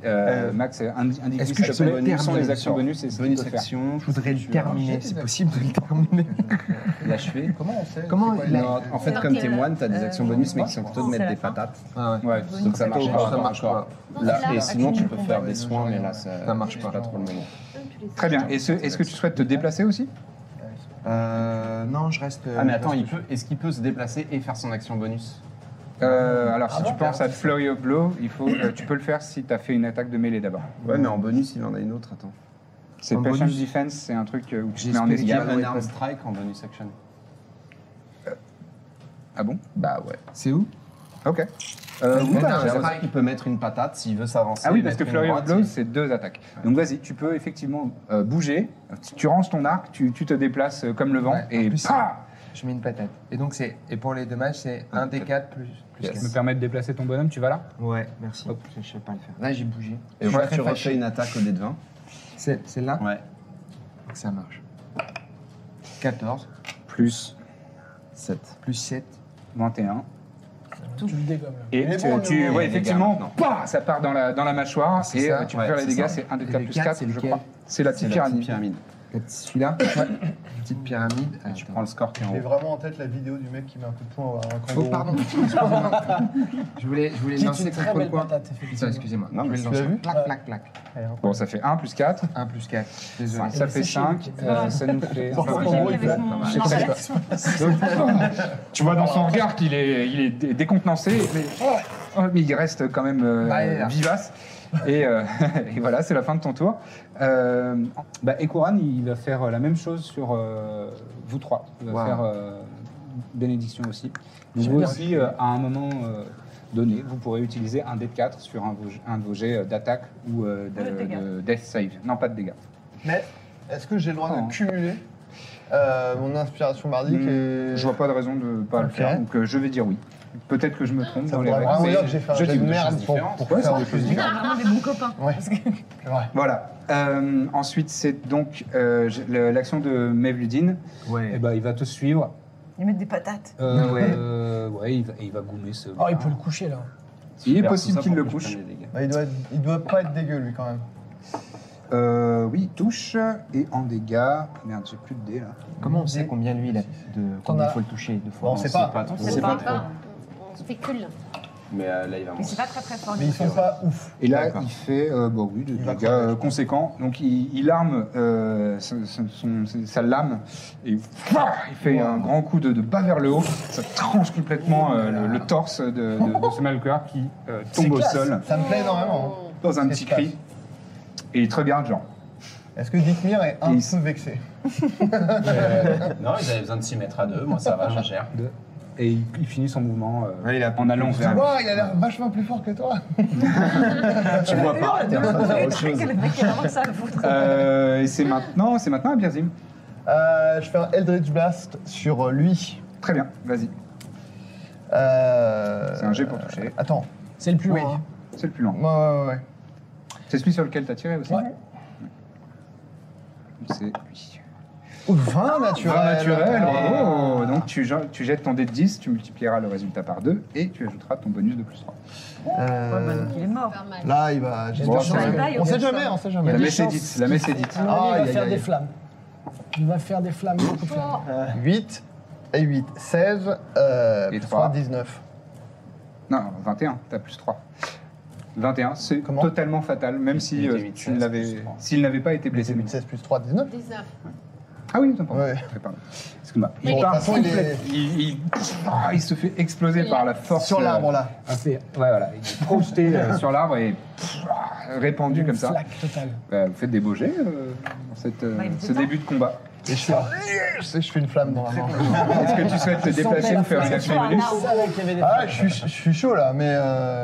Max, indique-lui est-ce que s'il je te peux plaît, le où sont terminer les actions sur bonus et ce qu'il Bonus peut faire. action. Je voudrais le terminer, c'est possible de le terminer. L'achever. Comment on sait Comment c'est quoi il les- a- Non, en fait, comme t'es moine, t'as des actions bonus, mais qui sont plutôt de mettre des patates. Ah ouais. Ouais, Donc ça marche Ça pas. marche pas. Là, Non, et là, sinon, tu action peux de faire combat. des soins, mais là, ça marche c'est pas. pas trop le moment. Très bien. Est-ce que tu souhaites te déplacer aussi? Non, je reste. Ah, mais attends, est-ce qu'il peut se déplacer et faire son action bonus? Alors, si tu penses à Flurry of Blow, tu peux le faire si tu as fait une attaque de mêlée d'abord. Ouais, mais en bonus, il en a une autre, attends. C'est En Patient bonus. Defense, c'est un truc où tu J'ai te mets en spell Il y a esquive. ouais, un arm pas- strike en bonus action. Ah bon? Bah ouais. C'est où Ok. Ouais, Oui, bah, non, Ça vas-y. veut dire qu'il peut mettre une patate s'il veut s'avancer. Ah oui, parce que mettre une Flurry of droite, Blows, c'est 2 attaques. Donc vas-y, tu peux effectivement bouger. Tu ranges ton arc, tu te déplaces comme le vent Ouais, en et plus, pah Je mets une patate. Et donc, et pour les dommages, c'est 1 D4 plus Ça 4. me permet de déplacer ton bonhomme, tu vas là? Ouais, merci. Hop. Je sais pas le faire. Là, j'ai bougé. Et Je suis voilà, très tu refais fâché. une attaque au dé de 20. Celle-là Ouais. Donc ça marche. 14 Plus 7. plus 7. 21. Tu le dégommes. Et Mais tu, bon, tu- non, ouais, les effectivement, dégâts, bah, ça part dans la mâchoire C'est et ça, tu peux ouais, faire les c'est dégâts, ça. c'est 1 de Et 4 le plus 4, 4, c'est je lequel crois. C'est la C'est petite la petite pyramide. pyramide. Celui-là Petite pyramide. Tu prends le score qui est en J'ai haut. vraiment en tête la vidéo du mec qui met un coup de poing à un Oh, kangourou. pardon. je voulais Qui est lancer une très contre le belle coin. patate, Putain, effectivement. excusez-moi. Non, Je mais vais le tu l'as lancer. vu Clac, clac, clac. Bon, ça fait 1 plus 4. 1 plus 4. Désolé. Ça fait c'est 5. chic. Ça nous fait. Bon, ça fait- bon, J'ai mis oui, avec ouais. mon Je sais arbalète. Tu vois dans son regard qu'il est, il est décontenancé, mais il reste quand même Bah, il est là. vivace. Et, et voilà, c'est la fin de ton tour. Ekuran, il va faire la même chose sur vous trois. Il va Wow. faire bénédiction aussi. Donc vous aussi, à un moment donné, vous pourrez utiliser un dé de 4 sur un de vos jets d'attaque ou de death save. Non, pas de dégâts. Mais est-ce que j'ai le droit Oh. de cumuler mon inspiration bardique et... Je vois pas de raison de ne pas le Ok. faire, donc je vais dire oui. Peut-être que je me trompe Ça dans les voudrait règles. vraiment mais dire que j'ai fait un je jet dis de deux merde choses pour différentes. faire Ouais, ça. c'est des choses On différentes. a vraiment des bons copains. Ouais. Parce que- C'est vrai. Voilà. Ensuite, c'est donc l'action de Mevludin. Ouais. Eh ben, il va te suivre. Ils mettent des patates. Ouais, il va goumer ce. Oh, il peut le coucher là. Il est Super, possible tout ça qu'il le pour que je couche. prenne les dégâts. Bah, il doit pas être dégueu lui quand même. Oui, il touche. Et en dégâts. Merde, j'ai plus de dés là. Comment on sait combien lui il a de combien as- il faut le toucher de fois Bon, on sait pas. trop. On sait pas. On spécule. Mais là, il va Mais c'est mourir. pas très fort. Mais ils sont pas ouf. Et là, D'accord. il fait oui, des Il va dégâts crever. conséquents. Donc, il arme sa lame et il fait un grand coup de bas vers le haut. Ça tranche complètement le torse de ce malcoeur qui tombe au classe. sol Ça me plaît énormément. hein. dans un Qu'est-ce petit qui se cri. Et il te regarde, genre. Est-ce que Dithmir est un Et peu vexé? Non, ils avaient besoin de s'y mettre à deux. Moi, ça va, je gère. Et il finit son mouvement Ouais, il a en allant vers lui. Wow, il a l'air vachement plus fort que toi. Tu vois pas, t'es en train de faire autre chose. Le mec est vraiment ça à foutre. Et c'est maintenant à Birzim. Je fais un Eldritch Blast sur lui. Très bien, vas-y. C'est un jet pour toucher. Attends. C'est le plus Oui. loin. hein. C'est le plus lent. Ouais. C'est celui sur lequel t'as tiré aussi. Ouais. C'est lui. 20 naturel. 20 naturel, bravo. Donc tu jettes ton dé de 10, tu multiplieras le résultat par 2 et tu ajouteras ton bonus de plus 3. Ouais, bah, donc il est mort. Pas mal. Là, il va. Bon, j'espère ça que- va. on sait jamais, on sait jamais. La des messe est chances dite, la messe est dite. À mon avis, il Aïe, va faire aïe, des aïe. flammes. Il va faire des flammes, beaucoup de flammes. 8 et 8. 16 Et plus 3. 3, 19. Non, 21, t'as plus 3. 21, c'est Comment totalement fatal, même si Il était 8, tu 16 ne l'avais, plus 3. s'il n'avait pas été blessé. 8, 16 plus 3, 19. 19. Ah oui, attends, pardon. Ouais. Pardon. Excuse-moi. Bon, de toute façon, il est Il se fait exploser par la force. sur l'arbre là. Ouais, voilà. Il est projeté sur l'arbre et répandu comme ça. Flaque totale. Vous faites des beaux jets dans Bah, il était ce temps. début de combat. Et je fais une flamme dans la main. Est-ce que tu souhaites te déplacer ou faire une action bonus? Je savais qu'il y avait des Ah, flammes. je suis chaud là, mais.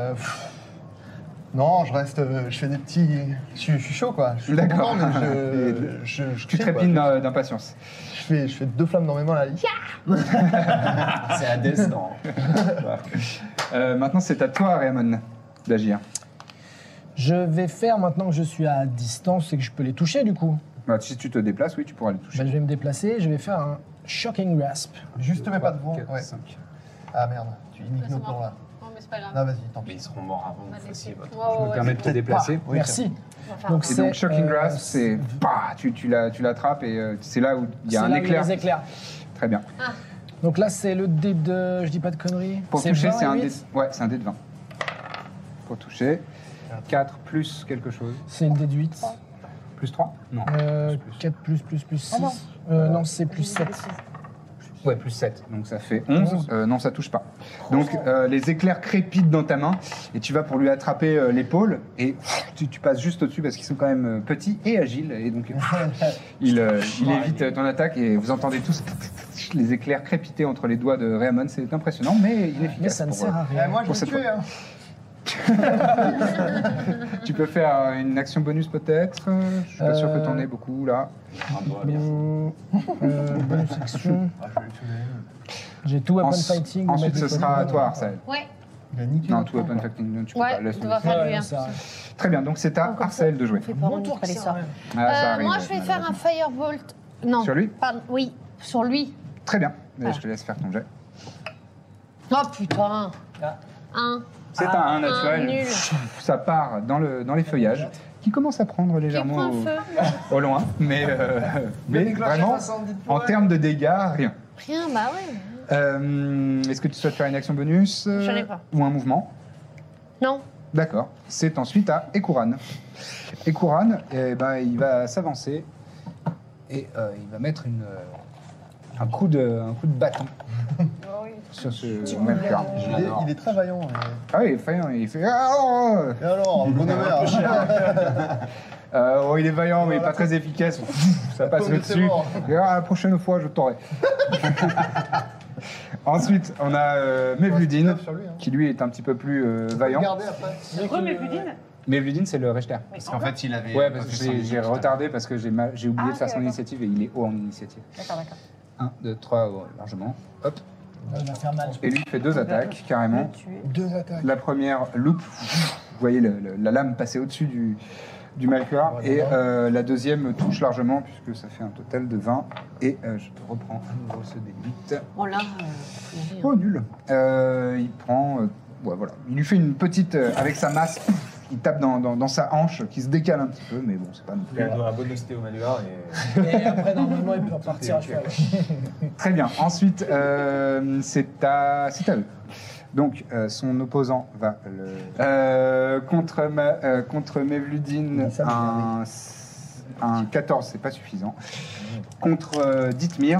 Non, je reste. Je fais des petits. Je suis chaud quoi. Je suis D'accord. content, mais je Tu crie, quoi. trépines d'impatience. Je fais 2 flammes dans mes mains là. C'est Hades dans. Maintenant, c'est à toi, Raymond, d'agir. Je vais faire, maintenant que je suis à distance et que je peux les toucher du coup, Bah, si tu te déplaces, oui, tu pourras les toucher. ben, je vais me déplacer, je vais faire un Shocking Grasp. Juste mets pas devant. 4, Ouais. 5. Ah merde, tu niques nos plans là. Non, mais c'est pas grave. Non, vas-y, tant Mais pis. ils seront morts avant On va que vous fassiez laisser. votre. Je me permets de te déplacer. Oui, Merci. On va faire Donc un- Et c'est, donc Shocking Grasp, euh, c'est bah, tu l'attrapes et c'est là où il y a c'est un là où il y a éclair. les éclairs. Très bien. Donc là, c'est le dé de. Je dis pas de conneries. Pour toucher, 20 c'est un et dé. 8. Ouais, c'est un dé de 20. Pour toucher, 4 plus quelque chose. C'est une dé de 8. Plus 3 Non. 4 plus 6. Ah non. Non, c'est plus 7. Ouais, plus 7. Donc ça fait 11. Non, ça touche pas. Donc les éclairs crépitent dans ta main et tu vas pour lui attraper l'épaule et tu passes juste au-dessus parce qu'ils sont quand même petits et agiles et donc il évite ton attaque et vous entendez tous les éclairs crépiter entre les doigts de Raymond. C'est impressionnant mais inefficace. Mais ça ne pour, sert à rien. Moi, je pour vais cette tuer. Hein. Tu peux faire une action bonus peut-être. Je suis pas sûr que t'en aies beaucoup là. Bonus action. Ah, je vais le tuer. J'ai tout weapon Ensuite, fighting. ensuite ce magic sera à weapon. toi Arcel. Ouais, Il a niqué. Non, notre tout weapon plan. fighting, tu peux ouais, pas. Laisse on va tomber. faire lui. Ouais, Hein. ça- Très bien, donc c'est à Arcel de jouer. On fait pas, on Bon n'est pas les tour, sorts. Ah, ça arrive, Moi, je vais faire un firebolt. Non. Sur lui Pardon, oui, sur lui. Très bien, Voilà. je te laisse faire ton jet. Oh putain. Un. C'est un 1 naturel. nul. Ça part dans les feuillages qui commencent à prendre Qui légèrement prend feu. au loin. Mais vraiment, en termes de dégâts, rien. Rien, bah ouais. Est-ce que tu souhaites faire une action bonus J'en ai pas. ou un mouvement? Non. D'accord. C'est ensuite à Ekuran. Ekuran, il va s'avancer et il va mettre un coup de bâton sur ce Melkor. Il est très vaillant. Ah oui, il est vaillant, il fait ah, oh, Et alors, bonheur. il est vaillant mais pas très efficace. Ça passe Oh, le mais c'est dessus. mort. Et, la prochaine fois, je t'aurai. Ensuite, on a Mevludin, Sur lui, hein. qui lui est un petit peu plus vaillant. Regardez après. C'est quoi, Mevludin? Mevludin, c'est le Rechter. Parce qu'en fait, il avait. Ouais, parce que j'ai retardé parce que j'ai oublié Ah, de faire ok, son d'accord. initiative et il est haut en initiative. D'accord, d'accord. 1, 2, 3, largement. Hop. Il va faire mal. Et lui fait 2 attaques, carrément. Tuer. 2 attaques. La première loupe, vous voyez la lame passer au-dessus du Malcor. Et la deuxième touche largement, puisque ça fait un total de 20. Et je reprends à nouveau ce D8. Bon là, Oh, nul. Il prend. Ouais, voilà. Il lui fait une petite. Avec sa masse, il tape dans sa hanche, qui se décale un petit peu, mais bon, c'est pas non plus. Il doit un bonus au manuar et. Et après, normalement, il peut repartir à cheval. Très bien. Ensuite, c'est à eux. Donc, son opposant va le. Contre Mevludin, un 14, c'est pas suffisant. Contre Dithmir.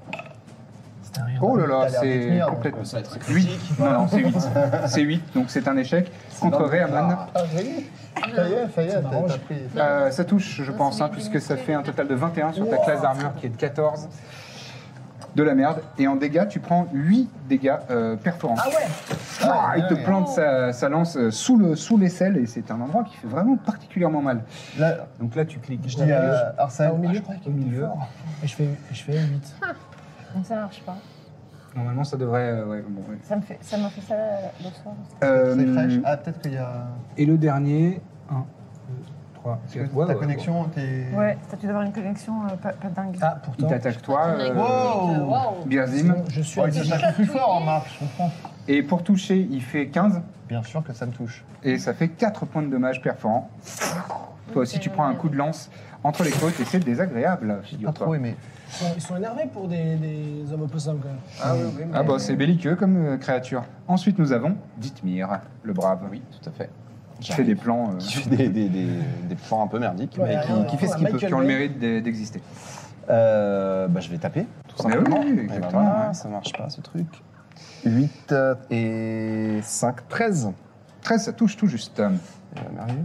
Oh là là, c'est complètement. Ça va être 8. Non, c'est 8. C'est 8, donc c'est un échec. Contre Réaman. Ah, really? Ça y est, t'as pris. Ça touche, je pense, puisque ça fait un total de 21 sur ta classe d'armure qui est de 14. De la merde. Et en dégâts, tu prends 8 dégâts perforants. Ah ouais. Il te plante sa lance sous l'aisselle et c'est un endroit qui fait vraiment particulièrement mal. Là, Donc là, tu cliques. je dis à Arsène. Au milieu, Au milieu. Et je fais 8. Donc ça marche pas. Normalement, ça devrait. Ouais, bon, ouais. Ça m'a fait ça l'autre soir. C'est fraîche. Ah, peut-être qu'il y a. Et le dernier. 1, 2, 3, Parce que 4. ta connexion, t'es. Ouais, t'as dû avoir une connexion pas dingue. Ah, Il pourtant. t'attaque toi, Wow. Birzim. Je suis Oh, à il 10. s'attaque plus fort en marche, je comprends. Et pour toucher, il fait 15. Bien sûr que ça me touche. Et ça fait 4 points de dommage perforants. Toi aussi, tu prends un coup de lance entre les côtes et c'est désagréable. Pas figure-toi. trop aimé. Ils sont énervés pour des hommes opossums quand même. Ah oui, Ah bah c'est belliqueux comme créature. Ensuite nous avons Dithmir, le brave. Oui, Tout à fait. qui fait des plans Qui fait des plans un peu merdiques, Ouais, mais qui fait ce qu'il peut. qui ont le mérite d'exister. Bah, je vais taper, tout Mais simplement. oui, Et ben exactement, voilà, ouais. ça marche pas ce truc. 8 et 5, 13. 13, ça touche tout juste. Merveilleux.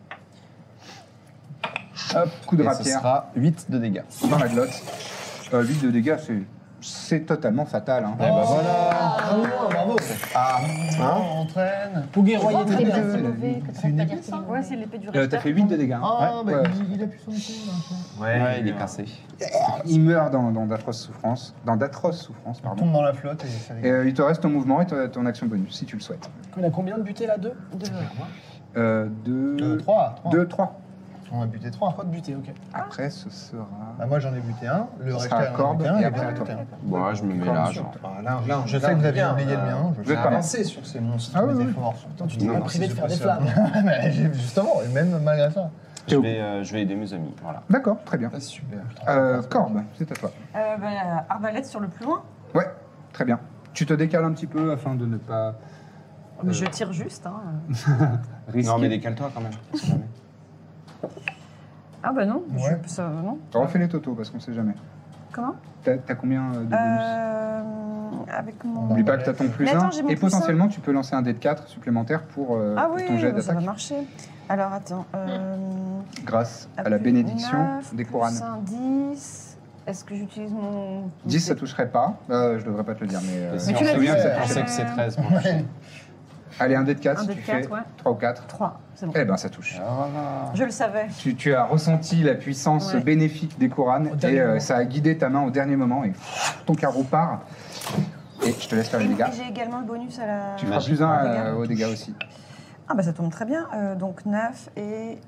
Hop, coup de Et ce rapière sera 8 de dégâts. dans la glotte. 8 de dégâts, c'est totalement fatal. Hein. Et bah voilà. Bravo. Ah, hein Entraîne. Pour guerroyer c'est très pas bien. si mauvais que tu vas pas dire qu'il est mauvais. Ouais, c'est l'épée du Richter. T'as fait 8 de dégâts. hein. Ah, Ouais, bah ouais. il a plus son épée. Ouais, il est pincé. Il meurt dans d'atroces souffrances. Il Pardon. tombe dans la flotte et ça Et rigole. il te reste ton mouvement et ton action bonus, si tu le souhaites. Il a combien de butés là 2 2, 3. 2, 3. On a buté 3. Pas de buter, ok. Après, ce sera. Bah, moi j'en ai buté un, le Ce recteur sera en a Corbe, buté un, et et après après à toi. buté un. Bon, je me mets là, genre. Je sais que vous aviez oublié le mien. Vous êtes pas mal. avancé sur ces monstres. Ah oui, oui. Attends, tu t'es pas privé de faire des flammes. Mais justement, et même malgré ça. Je vais aider mes amis, voilà. D'accord, très bien. Ah, super. Corbe, c'est à toi. Arbalète sur le plus loin. Ouais, très bien. Tu te décales un petit peu afin de ne pas Mais je tire juste. Hein. risquer. Non, mais décale-toi quand même. on sait jamais. Ah bah non, Ouais. ça, non. Refais les totaux parce qu'on sait jamais. Comment T'as combien de bonus Avec mon... N'oublie pas que t'as ton plus Mais 1 attends, j'ai mon et plus potentiellement tu peux lancer un dé de 4 supplémentaire pour Ah oui, ton jet ça va d'attaque marcher. Alors attends. grâce à la bénédiction 9, des couronnes. plus un 10. Est-ce que j'utilise mon... 10 ça toucherait pas, je devrais pas te le dire mais Mais on tu se l'as souvient dit, que ça euh, touchait Je sais pas. que c'est 13 pour toucher. Allez, un dé de 4 Un si dé tu de 4, fais ouais. 3 ou 4. 3, c'est bon. Eh ben ça touche. Je le savais. Tu as ressenti la puissance Ouais. bénéfique des couronnes Au dernier et moment. ça a guidé ta main au dernier moment et ton carreau part. Et je te laisse faire les dégâts. J'ai également le bonus à la... Tu feras Magique. plus 1 Dégâts. aux dégâts aussi. Ah bah ça tombe très bien. Donc 9 et...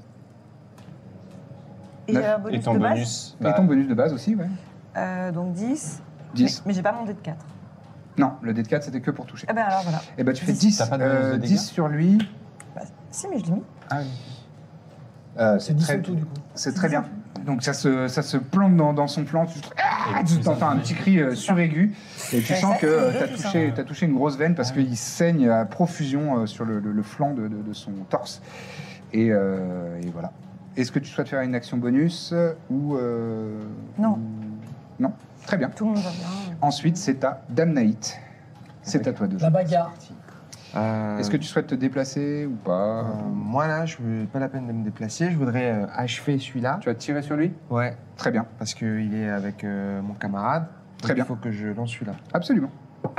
Et 9. j'ai un bonus Et ton de base. bonus Et ton bonus de base aussi, ouais. Donc 10. 10. Mais j'ai pas mon dé de 4. Non, le dé de 4 c'était que pour toucher. Eh ben alors voilà. Et ben tu fais 10. 10, T'as pas de bonus de dégâts 10 sur lui. Bah, si, mais je l'ai mis. Ah oui. C'est 10 en tout, du coup. C'est très bien. Donc ça se plante dans son flanc. Tu entends un petit cri suraigu et tu sens que tu as touché une grosse veine parce qu'il saigne à profusion sur le flanc de son torse. Et voilà. Est-ce que tu souhaites faire une action bonus ou Non. ou- Non. Très bien. Tout le monde va bien. Ensuite, c'est à Damnaït. C'est à toi de jouer. La bagarre. Est-ce que tu souhaites te déplacer ou pas Moi là, je veux pas la peine de me déplacer. Je voudrais achever celui-là. Tu vas tirer sur lui Ouais, Très bien. parce qu'il est avec mon camarade. Très Donc, bien. Il faut que je lance celui-là. Absolument.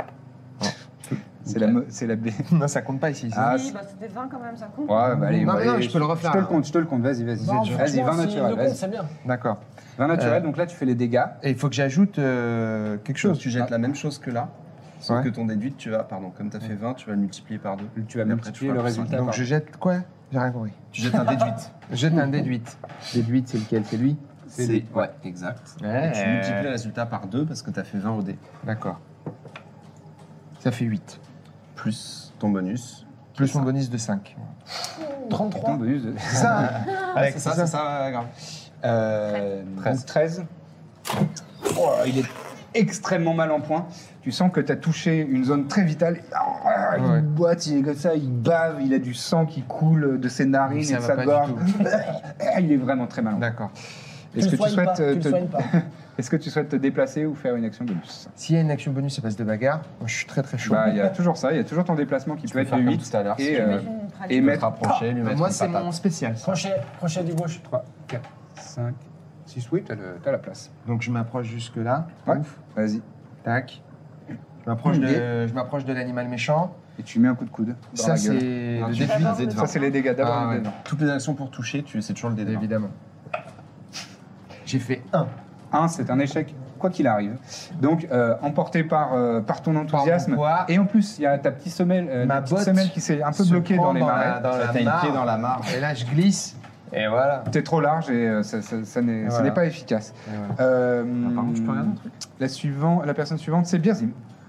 C'est la B. Non, ça compte pas ici. Ah, Oui, bah c'était 20 quand même, ça compte. Ouais, bah allez, Non, allez, mais non, je peux le refaire. Je te le compte, vas-y, vas-y. Non, Vas-y, franchement, 20 si naturel, le compte, vas-y. c'est bien. D'accord. 20 naturel, donc là tu fais les dégâts. Et il faut que j'ajoute quelque chose. Tu jettes la même chose que là, sauf Ouais. que ton déduit, comme tu as fait 20, tu vas le multiplier par 2. Tu vas Et après, multiplier tu le feras résultat. Donc par- je jette quoi J'ai rien compris. Tu jettes un déduit. Je jette un déduit. Déduit, c'est lequel C'est lui C'est lui. Ouais, exact. Ouais. Et tu multiplies le résultat par 2 parce que tu as fait 20 au dé. D'accord. Ça fait 8. Plus ton bonus. Plus mon bonus de 5. 33. Ton bonus de... C'est ça C'est ça, grave. 13. 13. Oh, il est extrêmement mal en point. Tu sens que tu as touché une zone très vitale. Il Ouais. boite, il est comme ça, il bave, il a du sang qui coule de ses narines Ça et de va sa pas gorge. du tout. Il est vraiment très mal en point. D'accord. Est-ce que, Tu le soignes pas. est-ce que tu souhaites te déplacer ou faire une action bonus? S'il y a une action bonus, ça passe de bagarre. Moi, je suis très très chaud. Bah, il y a toujours ça, il y a toujours ton déplacement qui peut être de 8 tout à l'heure. et, Tu euh, mets une praline. et Tu peux te mettre rapprocher, lui mettre Moi, une c'est patate. mon spécial. ça. Crochet du gauche. 3, 4, 5, 6, oui, t'as la place. Donc je m'approche jusque là. Ouais. Ouf. Vas-y. Tac. Je m'approche de l'animal méchant. Et tu mets un coup de coude dans Ça, la c'est gueule. le tu déduit. fais un dé de Ça, 20. c'est les dégâts d'abord. Ah, les ouais. dés. Toutes les actions pour toucher, c'est toujours le dé de 20. Évidemment. J'ai fait 1. 1, c'est un échec, quoi qu'il arrive. Donc, emporté par ton enthousiasme. poids. Et en plus, il y a ta petite semelle, Ma la petite botte semelle qui s'est un peu se bloquée prend dans les marais. Dans la T'as une mare. pied dans la mare. Et là, je glisse. Et voilà. T'es trop large et ça n'est Voilà. pas efficace. Et voilà. par contre, tu peux regarder un truc La personne suivante, c'est Birzim.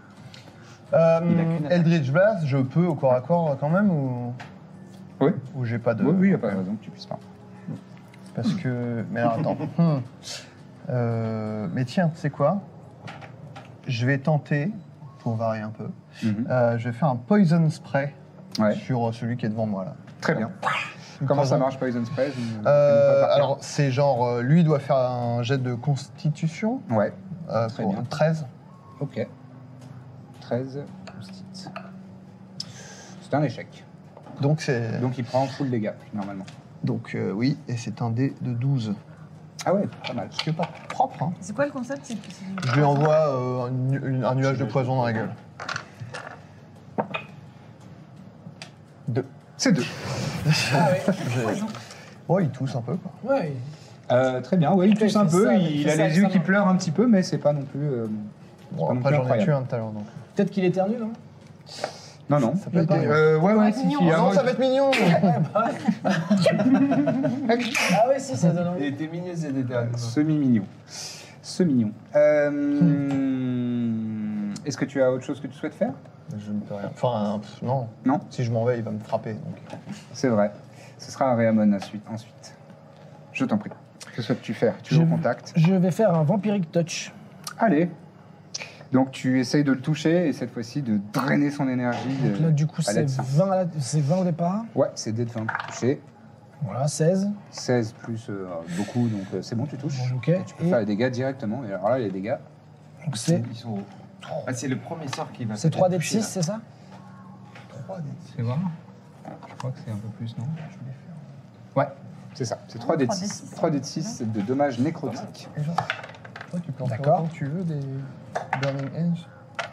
Eldritch Blast, je peux au corps à corps quand même ou Oui. ou j'ai pas de. Oui, il n'y a pas de raison que tu puisses pas. Parce que. Mais alors, attends. Mais tiens, tu sais quoi? Je vais tenter, pour varier un peu, je vais faire un poison spray Ouais. sur celui qui est devant moi là. Très bien. Comment ça marche, Poison Spray? Je ne connais pas par cœur. Alors, c'est genre, lui doit faire un jet de constitution Ouais. Très pour bien. 13. Ok. 13. Constite. C'est un échec. Donc, c'est. Donc il prend full dégâts, normalement. Donc, oui, et c'est un dé de 12. Ah ouais, pas mal. Ce qui est pas propre, hein. C'est quoi le concept? Je lui envoie un nuage de poison dans la gueule. 2. C'est 2. Oh, il tousse un peu, quoi. Ouais. Très bien, ouais, il tousse un fait peu, ça, il a ça, les yeux ça qui marche. pleurent un petit peu, mais c'est pas non plus. Bon, pas non après, plus j'en ai incroyable. tué un tout à l'heure, donc. Peut-être qu'il éternue, non? Non, non. Ça peut être mignon. Ouais, si, si. Non, ça va être mignon. Ah oui, si, ça donne envie. Il était mignon, c'était Semi-mignon. Semi-mignon. Est-ce que tu as autre chose que tu souhaites faire? Je ne peux rien. Enfin, non. Non? Si je m'en vais, il va me frapper. Donc. C'est vrai. Ce sera à Réamon ensuite. Je t'en prie. Que souhaites-tu faire? Tu le contactes? Je vais faire un Vampiric Touch. Allez. Donc tu essayes de le toucher et cette fois-ci de drainer son énergie. Donc là, du coup, à l'aide c'est de ça. 20 au départ. Ouais, c'est dé de 20 pour toucher. Voilà, 16. 16 plus beaucoup, donc c'est bon, tu touches. Bon, ok. Et tu peux faire les dégâts directement. Et alors là, les dégâts, Donc c'est Ils sont hauts. Ah, c'est le premier sort qui va. c'est 3 d de toucher, 6, c'est ça? 3 d c'est voir. Je crois que c'est un peu plus, non? Ouais, c'est ça. C'est 3 d de 6. 3 d de 6 de dommages nécrotiques. Toi, tu peux en faire D'accord. autant que tu veux des Burning Edge.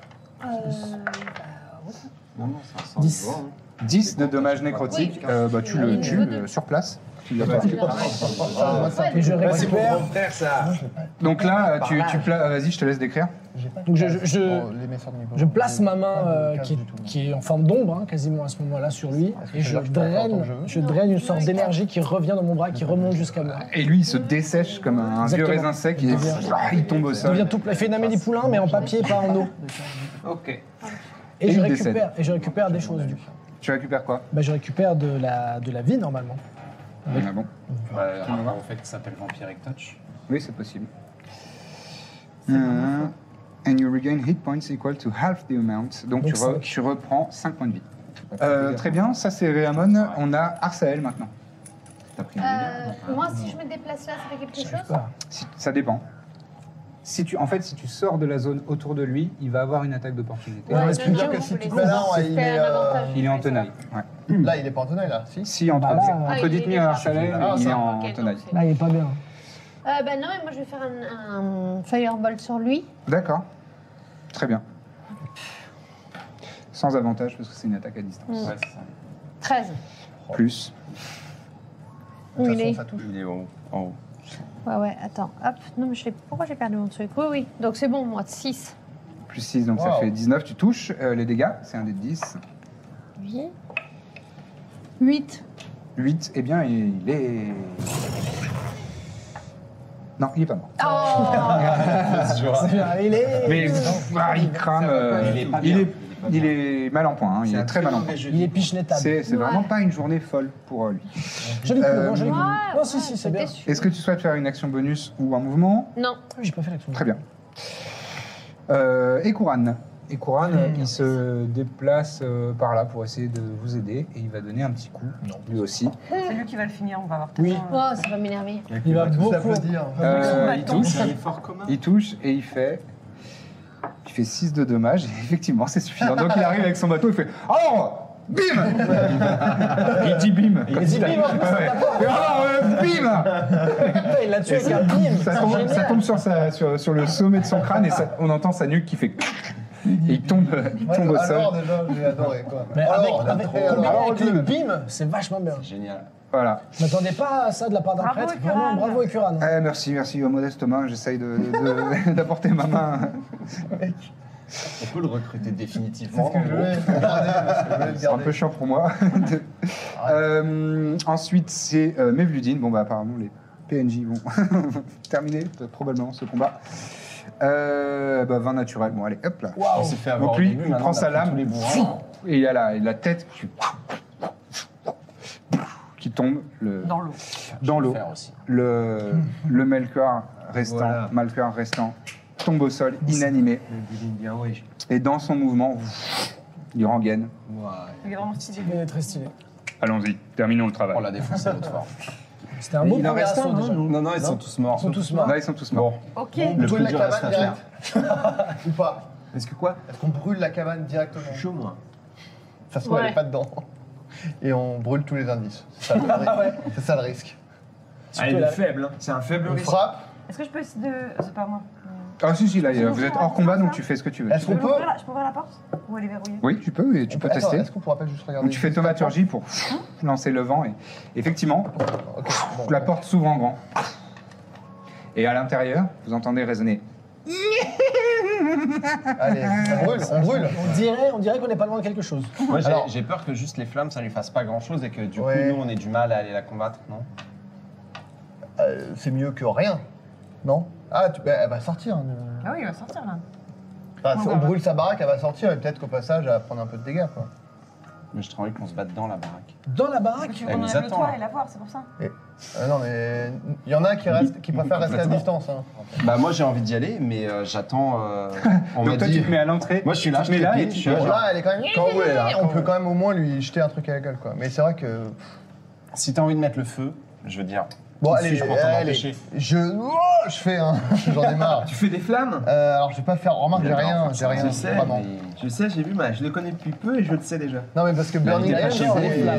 Non, non, c'est un sort 10. de bois, hein. 10 de dommages nécrotiques, bah, tu le tues sur place. Tu l'as pas. Et je Ah, c'est pour récupère. mon frère, ça. Donc là, vas-y, je te laisse décrire. Donc je place ma main qui est en forme d'ombre, hein, quasiment à ce moment-là sur lui, et je draine une sorte d'énergie qui revient dans mon bras, qui remonte jusqu'à moi. Et lui, il se dessèche comme un vieux Exactement. raisin sec, et il tombe au Il sol. devient tout plat. Il fait une Amélie Poulain, mais en papier, pas en eau. Ok. Et il décède. je récupère des choses du coup. Tu récupères quoi? Bah, je récupère de la vie normalement. Ah bon? En fait, ça s'appelle Vampiric Touch. Oui, c'est possible. And you regain hit points equal to half the amount. Donc Donc tu reprends 5 points de vie. Très bien, ça c'est Réamon. On a Arsael maintenant. T'as pris un dégât? Moi, si je me déplace là, ça fait quelque chose? Ça dépend. Si tu sors de la zone autour de lui, il va avoir une attaque d'opportunité. Ouais, non, explique-moi non, que vous si tu voulez- te mets là, c'est il un est, avantage. Il est en tenaille. Ouais. Là, il est pas en tenaille, là. Si Si, entre Bah là, entre il est Dithmir et déjà- Arsael, Ah, il est ça. en Ok, tenaille. donc c'est- Là, il est pas bien. Ben non, mais moi je vais faire un Firebolt sur lui. D'accord. Très bien. Sans avantage parce que c'est une attaque à distance. Ouais, c'est ça. 13. Plus. Où il est? ça touche. Il est en haut. Ouais, attends. Hop. Non, mais pourquoi j'ai perdu mon truc? Oui. Donc c'est bon, moi, 6. Plus 6, donc ça Wow. fait 19. Tu touches les dégâts, c'est un dé de 10. Oui. 8. 8, eh bien, il est... Non, il est pas mort. C'est bien, il est. Mais il crame. Il est mal en point. Hein, il est très mal en point. Il est pichenettable. C'est vraiment pas une journée folle pour lui. Joli coup, non, joli coup. Ouais, Non, si, c'est bien. Est-ce que tu souhaites faire une action bonus ou un mouvement? Non. J'ai pas fait l'action. Très bien. Et Kouran. Et Kouran, il se déplace par là pour essayer de vous aider et il va donner un petit coup, lui aussi. C'est lui qui va le finir, on va voir. Oui. Oh, ça va m'énerver. Il va beaucoup. applaudir. Il touche. C'est un effort commun. Il touche et il fait 6 de dommages. Et effectivement, c'est suffisant. Donc il arrive avec son bateau, il fait alors, bim. Il dit bim. Il dit bim en plus, Ouais. Et alors, bim. Il l'a tué avec un bim. Ça tombe sur le sommet de son crâne et on entend sa nuque qui fait. Et il tombe au sol. Alors, déjà, j'ai adoré, quoi. Mais Alors, avec le bim, c'est vachement bien. Génial. Voilà. Je m'attendais pas à ça de la part d'un Bravo, prêtre. Ekuran. Vraiment, bravo Ekuran. Merci, modestement. J'essaye d'apporter ma main. On peut le recruter définitivement. C'est ce que je voulais garder, parce que je voulais le C'est un garder. peu chiant pour moi. Ensuite, c'est Mevludin. Bon, bah, apparemment, les PNJ vont terminer probablement ce combat. 20 naturel. Bon, allez, hop là. On s'est fait avoir Donc au lui, début, il maintenant, prend on a sa pris lame tous les bourrins. et il y a la tête qui tombe Dans l'eau. dans l'eau. Faire aussi. Le Melkor restant tombe au sol, inanimé. Bien, oui. Et dans son mouvement, il rengaine. Il est vraiment stylé. Il est très stylé. Allons-y, terminons le travail. On l'a défoncé l'autre fois. C'était un beau Il en premier reste assaut un, déjà. non Non, ils sont tous morts. Ils sont tous morts. Là, ils sont tous morts. Ok. On Le brûle plus la dur reste cabane à direct. Ou pas? Est-ce que quoi? Est-ce qu'on brûle la cabane directement? Je suis chaud, moi. Ça se trouve, elle Ouais. est pas dedans. Et on brûle tous les indices. C'est ça le risque. C'est ça le risque. Ah, il est faible, hein. C'est un faible On risque. frappe. Est-ce que je peux essayer de. C'est pas moi. Ah si, là, vous êtes hors combat, donc tu fais ce que tu veux. Est-ce qu'on peut? Je peux ouvrir la porte? Ou elle est verrouillée? Oui, tu peux, et tu peux Attends, tester. Est-ce qu'on pourra pas juste regarder? Donc tu fais thaumaturgie pour lancer le vent et effectivement, Ok, bon. la porte s'ouvre en grand. Et à l'intérieur, vous entendez résonner Allez, on brûle. On dirait qu'on n'est pas loin de quelque chose. Moi, j'ai peur que juste les flammes, ça lui fasse pas grand-chose et que du coup, nous, on ait du mal à aller la combattre, non? C'est mieux que rien, non? Ah, elle va sortir. Ah oui, il va sortir là. Enfin, si on brûle sa baraque, elle va sortir et peut-être qu'au passage, elle va prendre un peu de dégâts, quoi. Mais j'ai trop envie qu'on se batte dans la baraque. Dans la baraque? Tu veux qu'on enlève le toit et la voir, c'est pour ça. Non, mais il y en a qui préfèrent rester à distance. Hein. Bah moi j'ai envie d'y aller, mais j'attends. On m'a Donc toi, dit. tu te mets à l'entrée. Moi je suis là, je mets là trépide, et je suis Bon, là. là, elle est quand même. Quand vous est là, on peut quand même au moins lui jeter un truc à la gueule, quoi. Mais c'est vrai que. Si t'as envie de mettre le feu, je veux dire. Bon, qui suis-je pour t'en empêcher? je fais un. J'en ai marre. Tu fais des flammes? Alors, je vais pas faire. Remarque, j'ai rien. Je sais, vraiment. je sais, j'ai vu, mais je le connais depuis peu et je le sais déjà. Non, mais parce que Burning il est pas chez vous,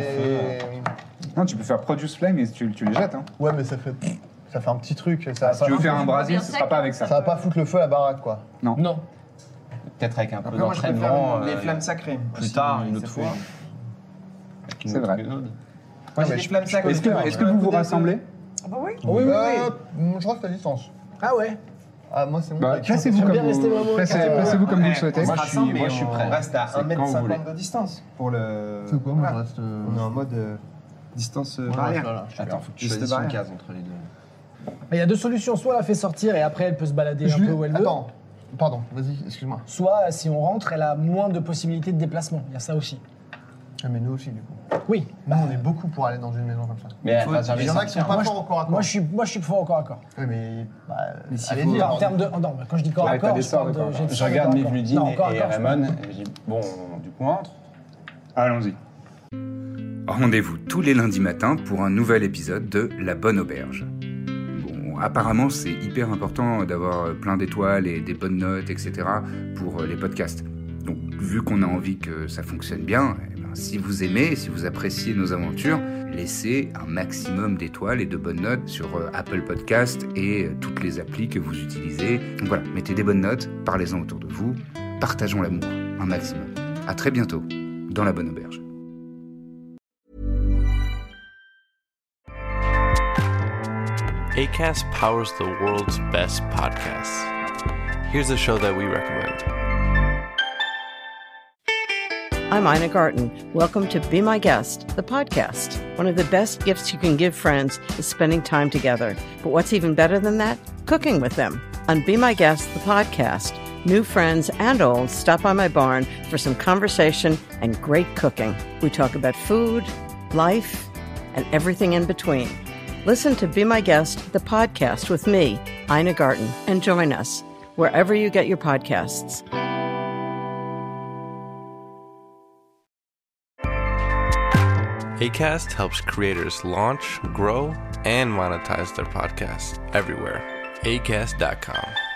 Non, tu peux faire Produce Flame et tu les jettes. Hein. Ouais, mais ça fait un petit truc. Ça va Si tu veux faire un brasier, ce sera pas avec ça. Ça va pas foutre le feu à la baraque, quoi. Non. Peut-être avec un peu Après, moi, je peux d'entraînement. faire les flammes sacrées. Plus aussi, tard, mais une ça autre fait- fois. C'est vrai. Moi, j'ai des flammes sacrées. Est-ce que vous vous rassemblez? Ah bah oui. Oui. Je reste à distance. Ah ouais. Ah, moi, c'est bon. Bah, placez-vous comme bien rester vous, vraiment placez-vous comme vous le souhaitez. Moi, je suis prêt. On reste à C'est quand vous voulez. 1m50 de distance pour le. C'est quoi, moi, je Voilà. reste. On est en mode distance Moi, je reste barrière. là. Attends, faut que tu Juste choisisses une barrière. case entre les deux. Il y a deux solutions. Soit on la fait sortir et après elle peut se balader un peu où elle veut. Attends, pardon, vas-y, excuse-moi. Soit si on rentre, elle a moins de possibilités de déplacement. Il y a ça aussi. Ah, mais nous aussi, du coup. Oui. Nous, on est beaucoup pour aller dans une maison comme ça. Mais elle va jamais Il y en a qui sont sortir. pas forts au corps à corps. Moi je suis fort au corps à corps. Oui, mais. s'il Allez-y, faut- En alors. termes de. Non, quand je dis corps Ouais, à t'as corps, des je sorts parle de de. corps à j'ai des Je sorts de regarde corps à corps. Mevludine Non, corps à et corps, je Raymond et je dis bon, du coup, on entre. Allons-y. Rendez-vous tous les lundis matins pour un nouvel épisode de La Bonne Auberge. Bon, apparemment, c'est hyper important d'avoir plein d'étoiles et des bonnes notes, etc. pour les podcasts. Donc, vu qu'on a envie que ça fonctionne bien, si vous aimez, si vous appréciez nos aventures, laissez un maximum d'étoiles et de bonnes notes sur Apple Podcast et toutes les applis que vous utilisez. Donc voilà, mettez des bonnes notes, parlez-en autour de vous, partageons l'amour un maximum. À très bientôt dans La Bonne Auberge. Acast powers the world's best podcasts. Here's a show that we recommend. I'm Ina Garten. Welcome to Be My Guest, the podcast. One of the best gifts you can give friends is spending time together. But what's even better than that? Cooking with them. On Be My Guest, the podcast, new friends and old stop by my barn for some conversation and great cooking. We talk about food, life, and everything in between. Listen to Be My Guest, the podcast with me, Ina Garten, and join us wherever you get your podcasts. Acast helps creators launch, grow, and monetize their podcasts everywhere. Acast.com.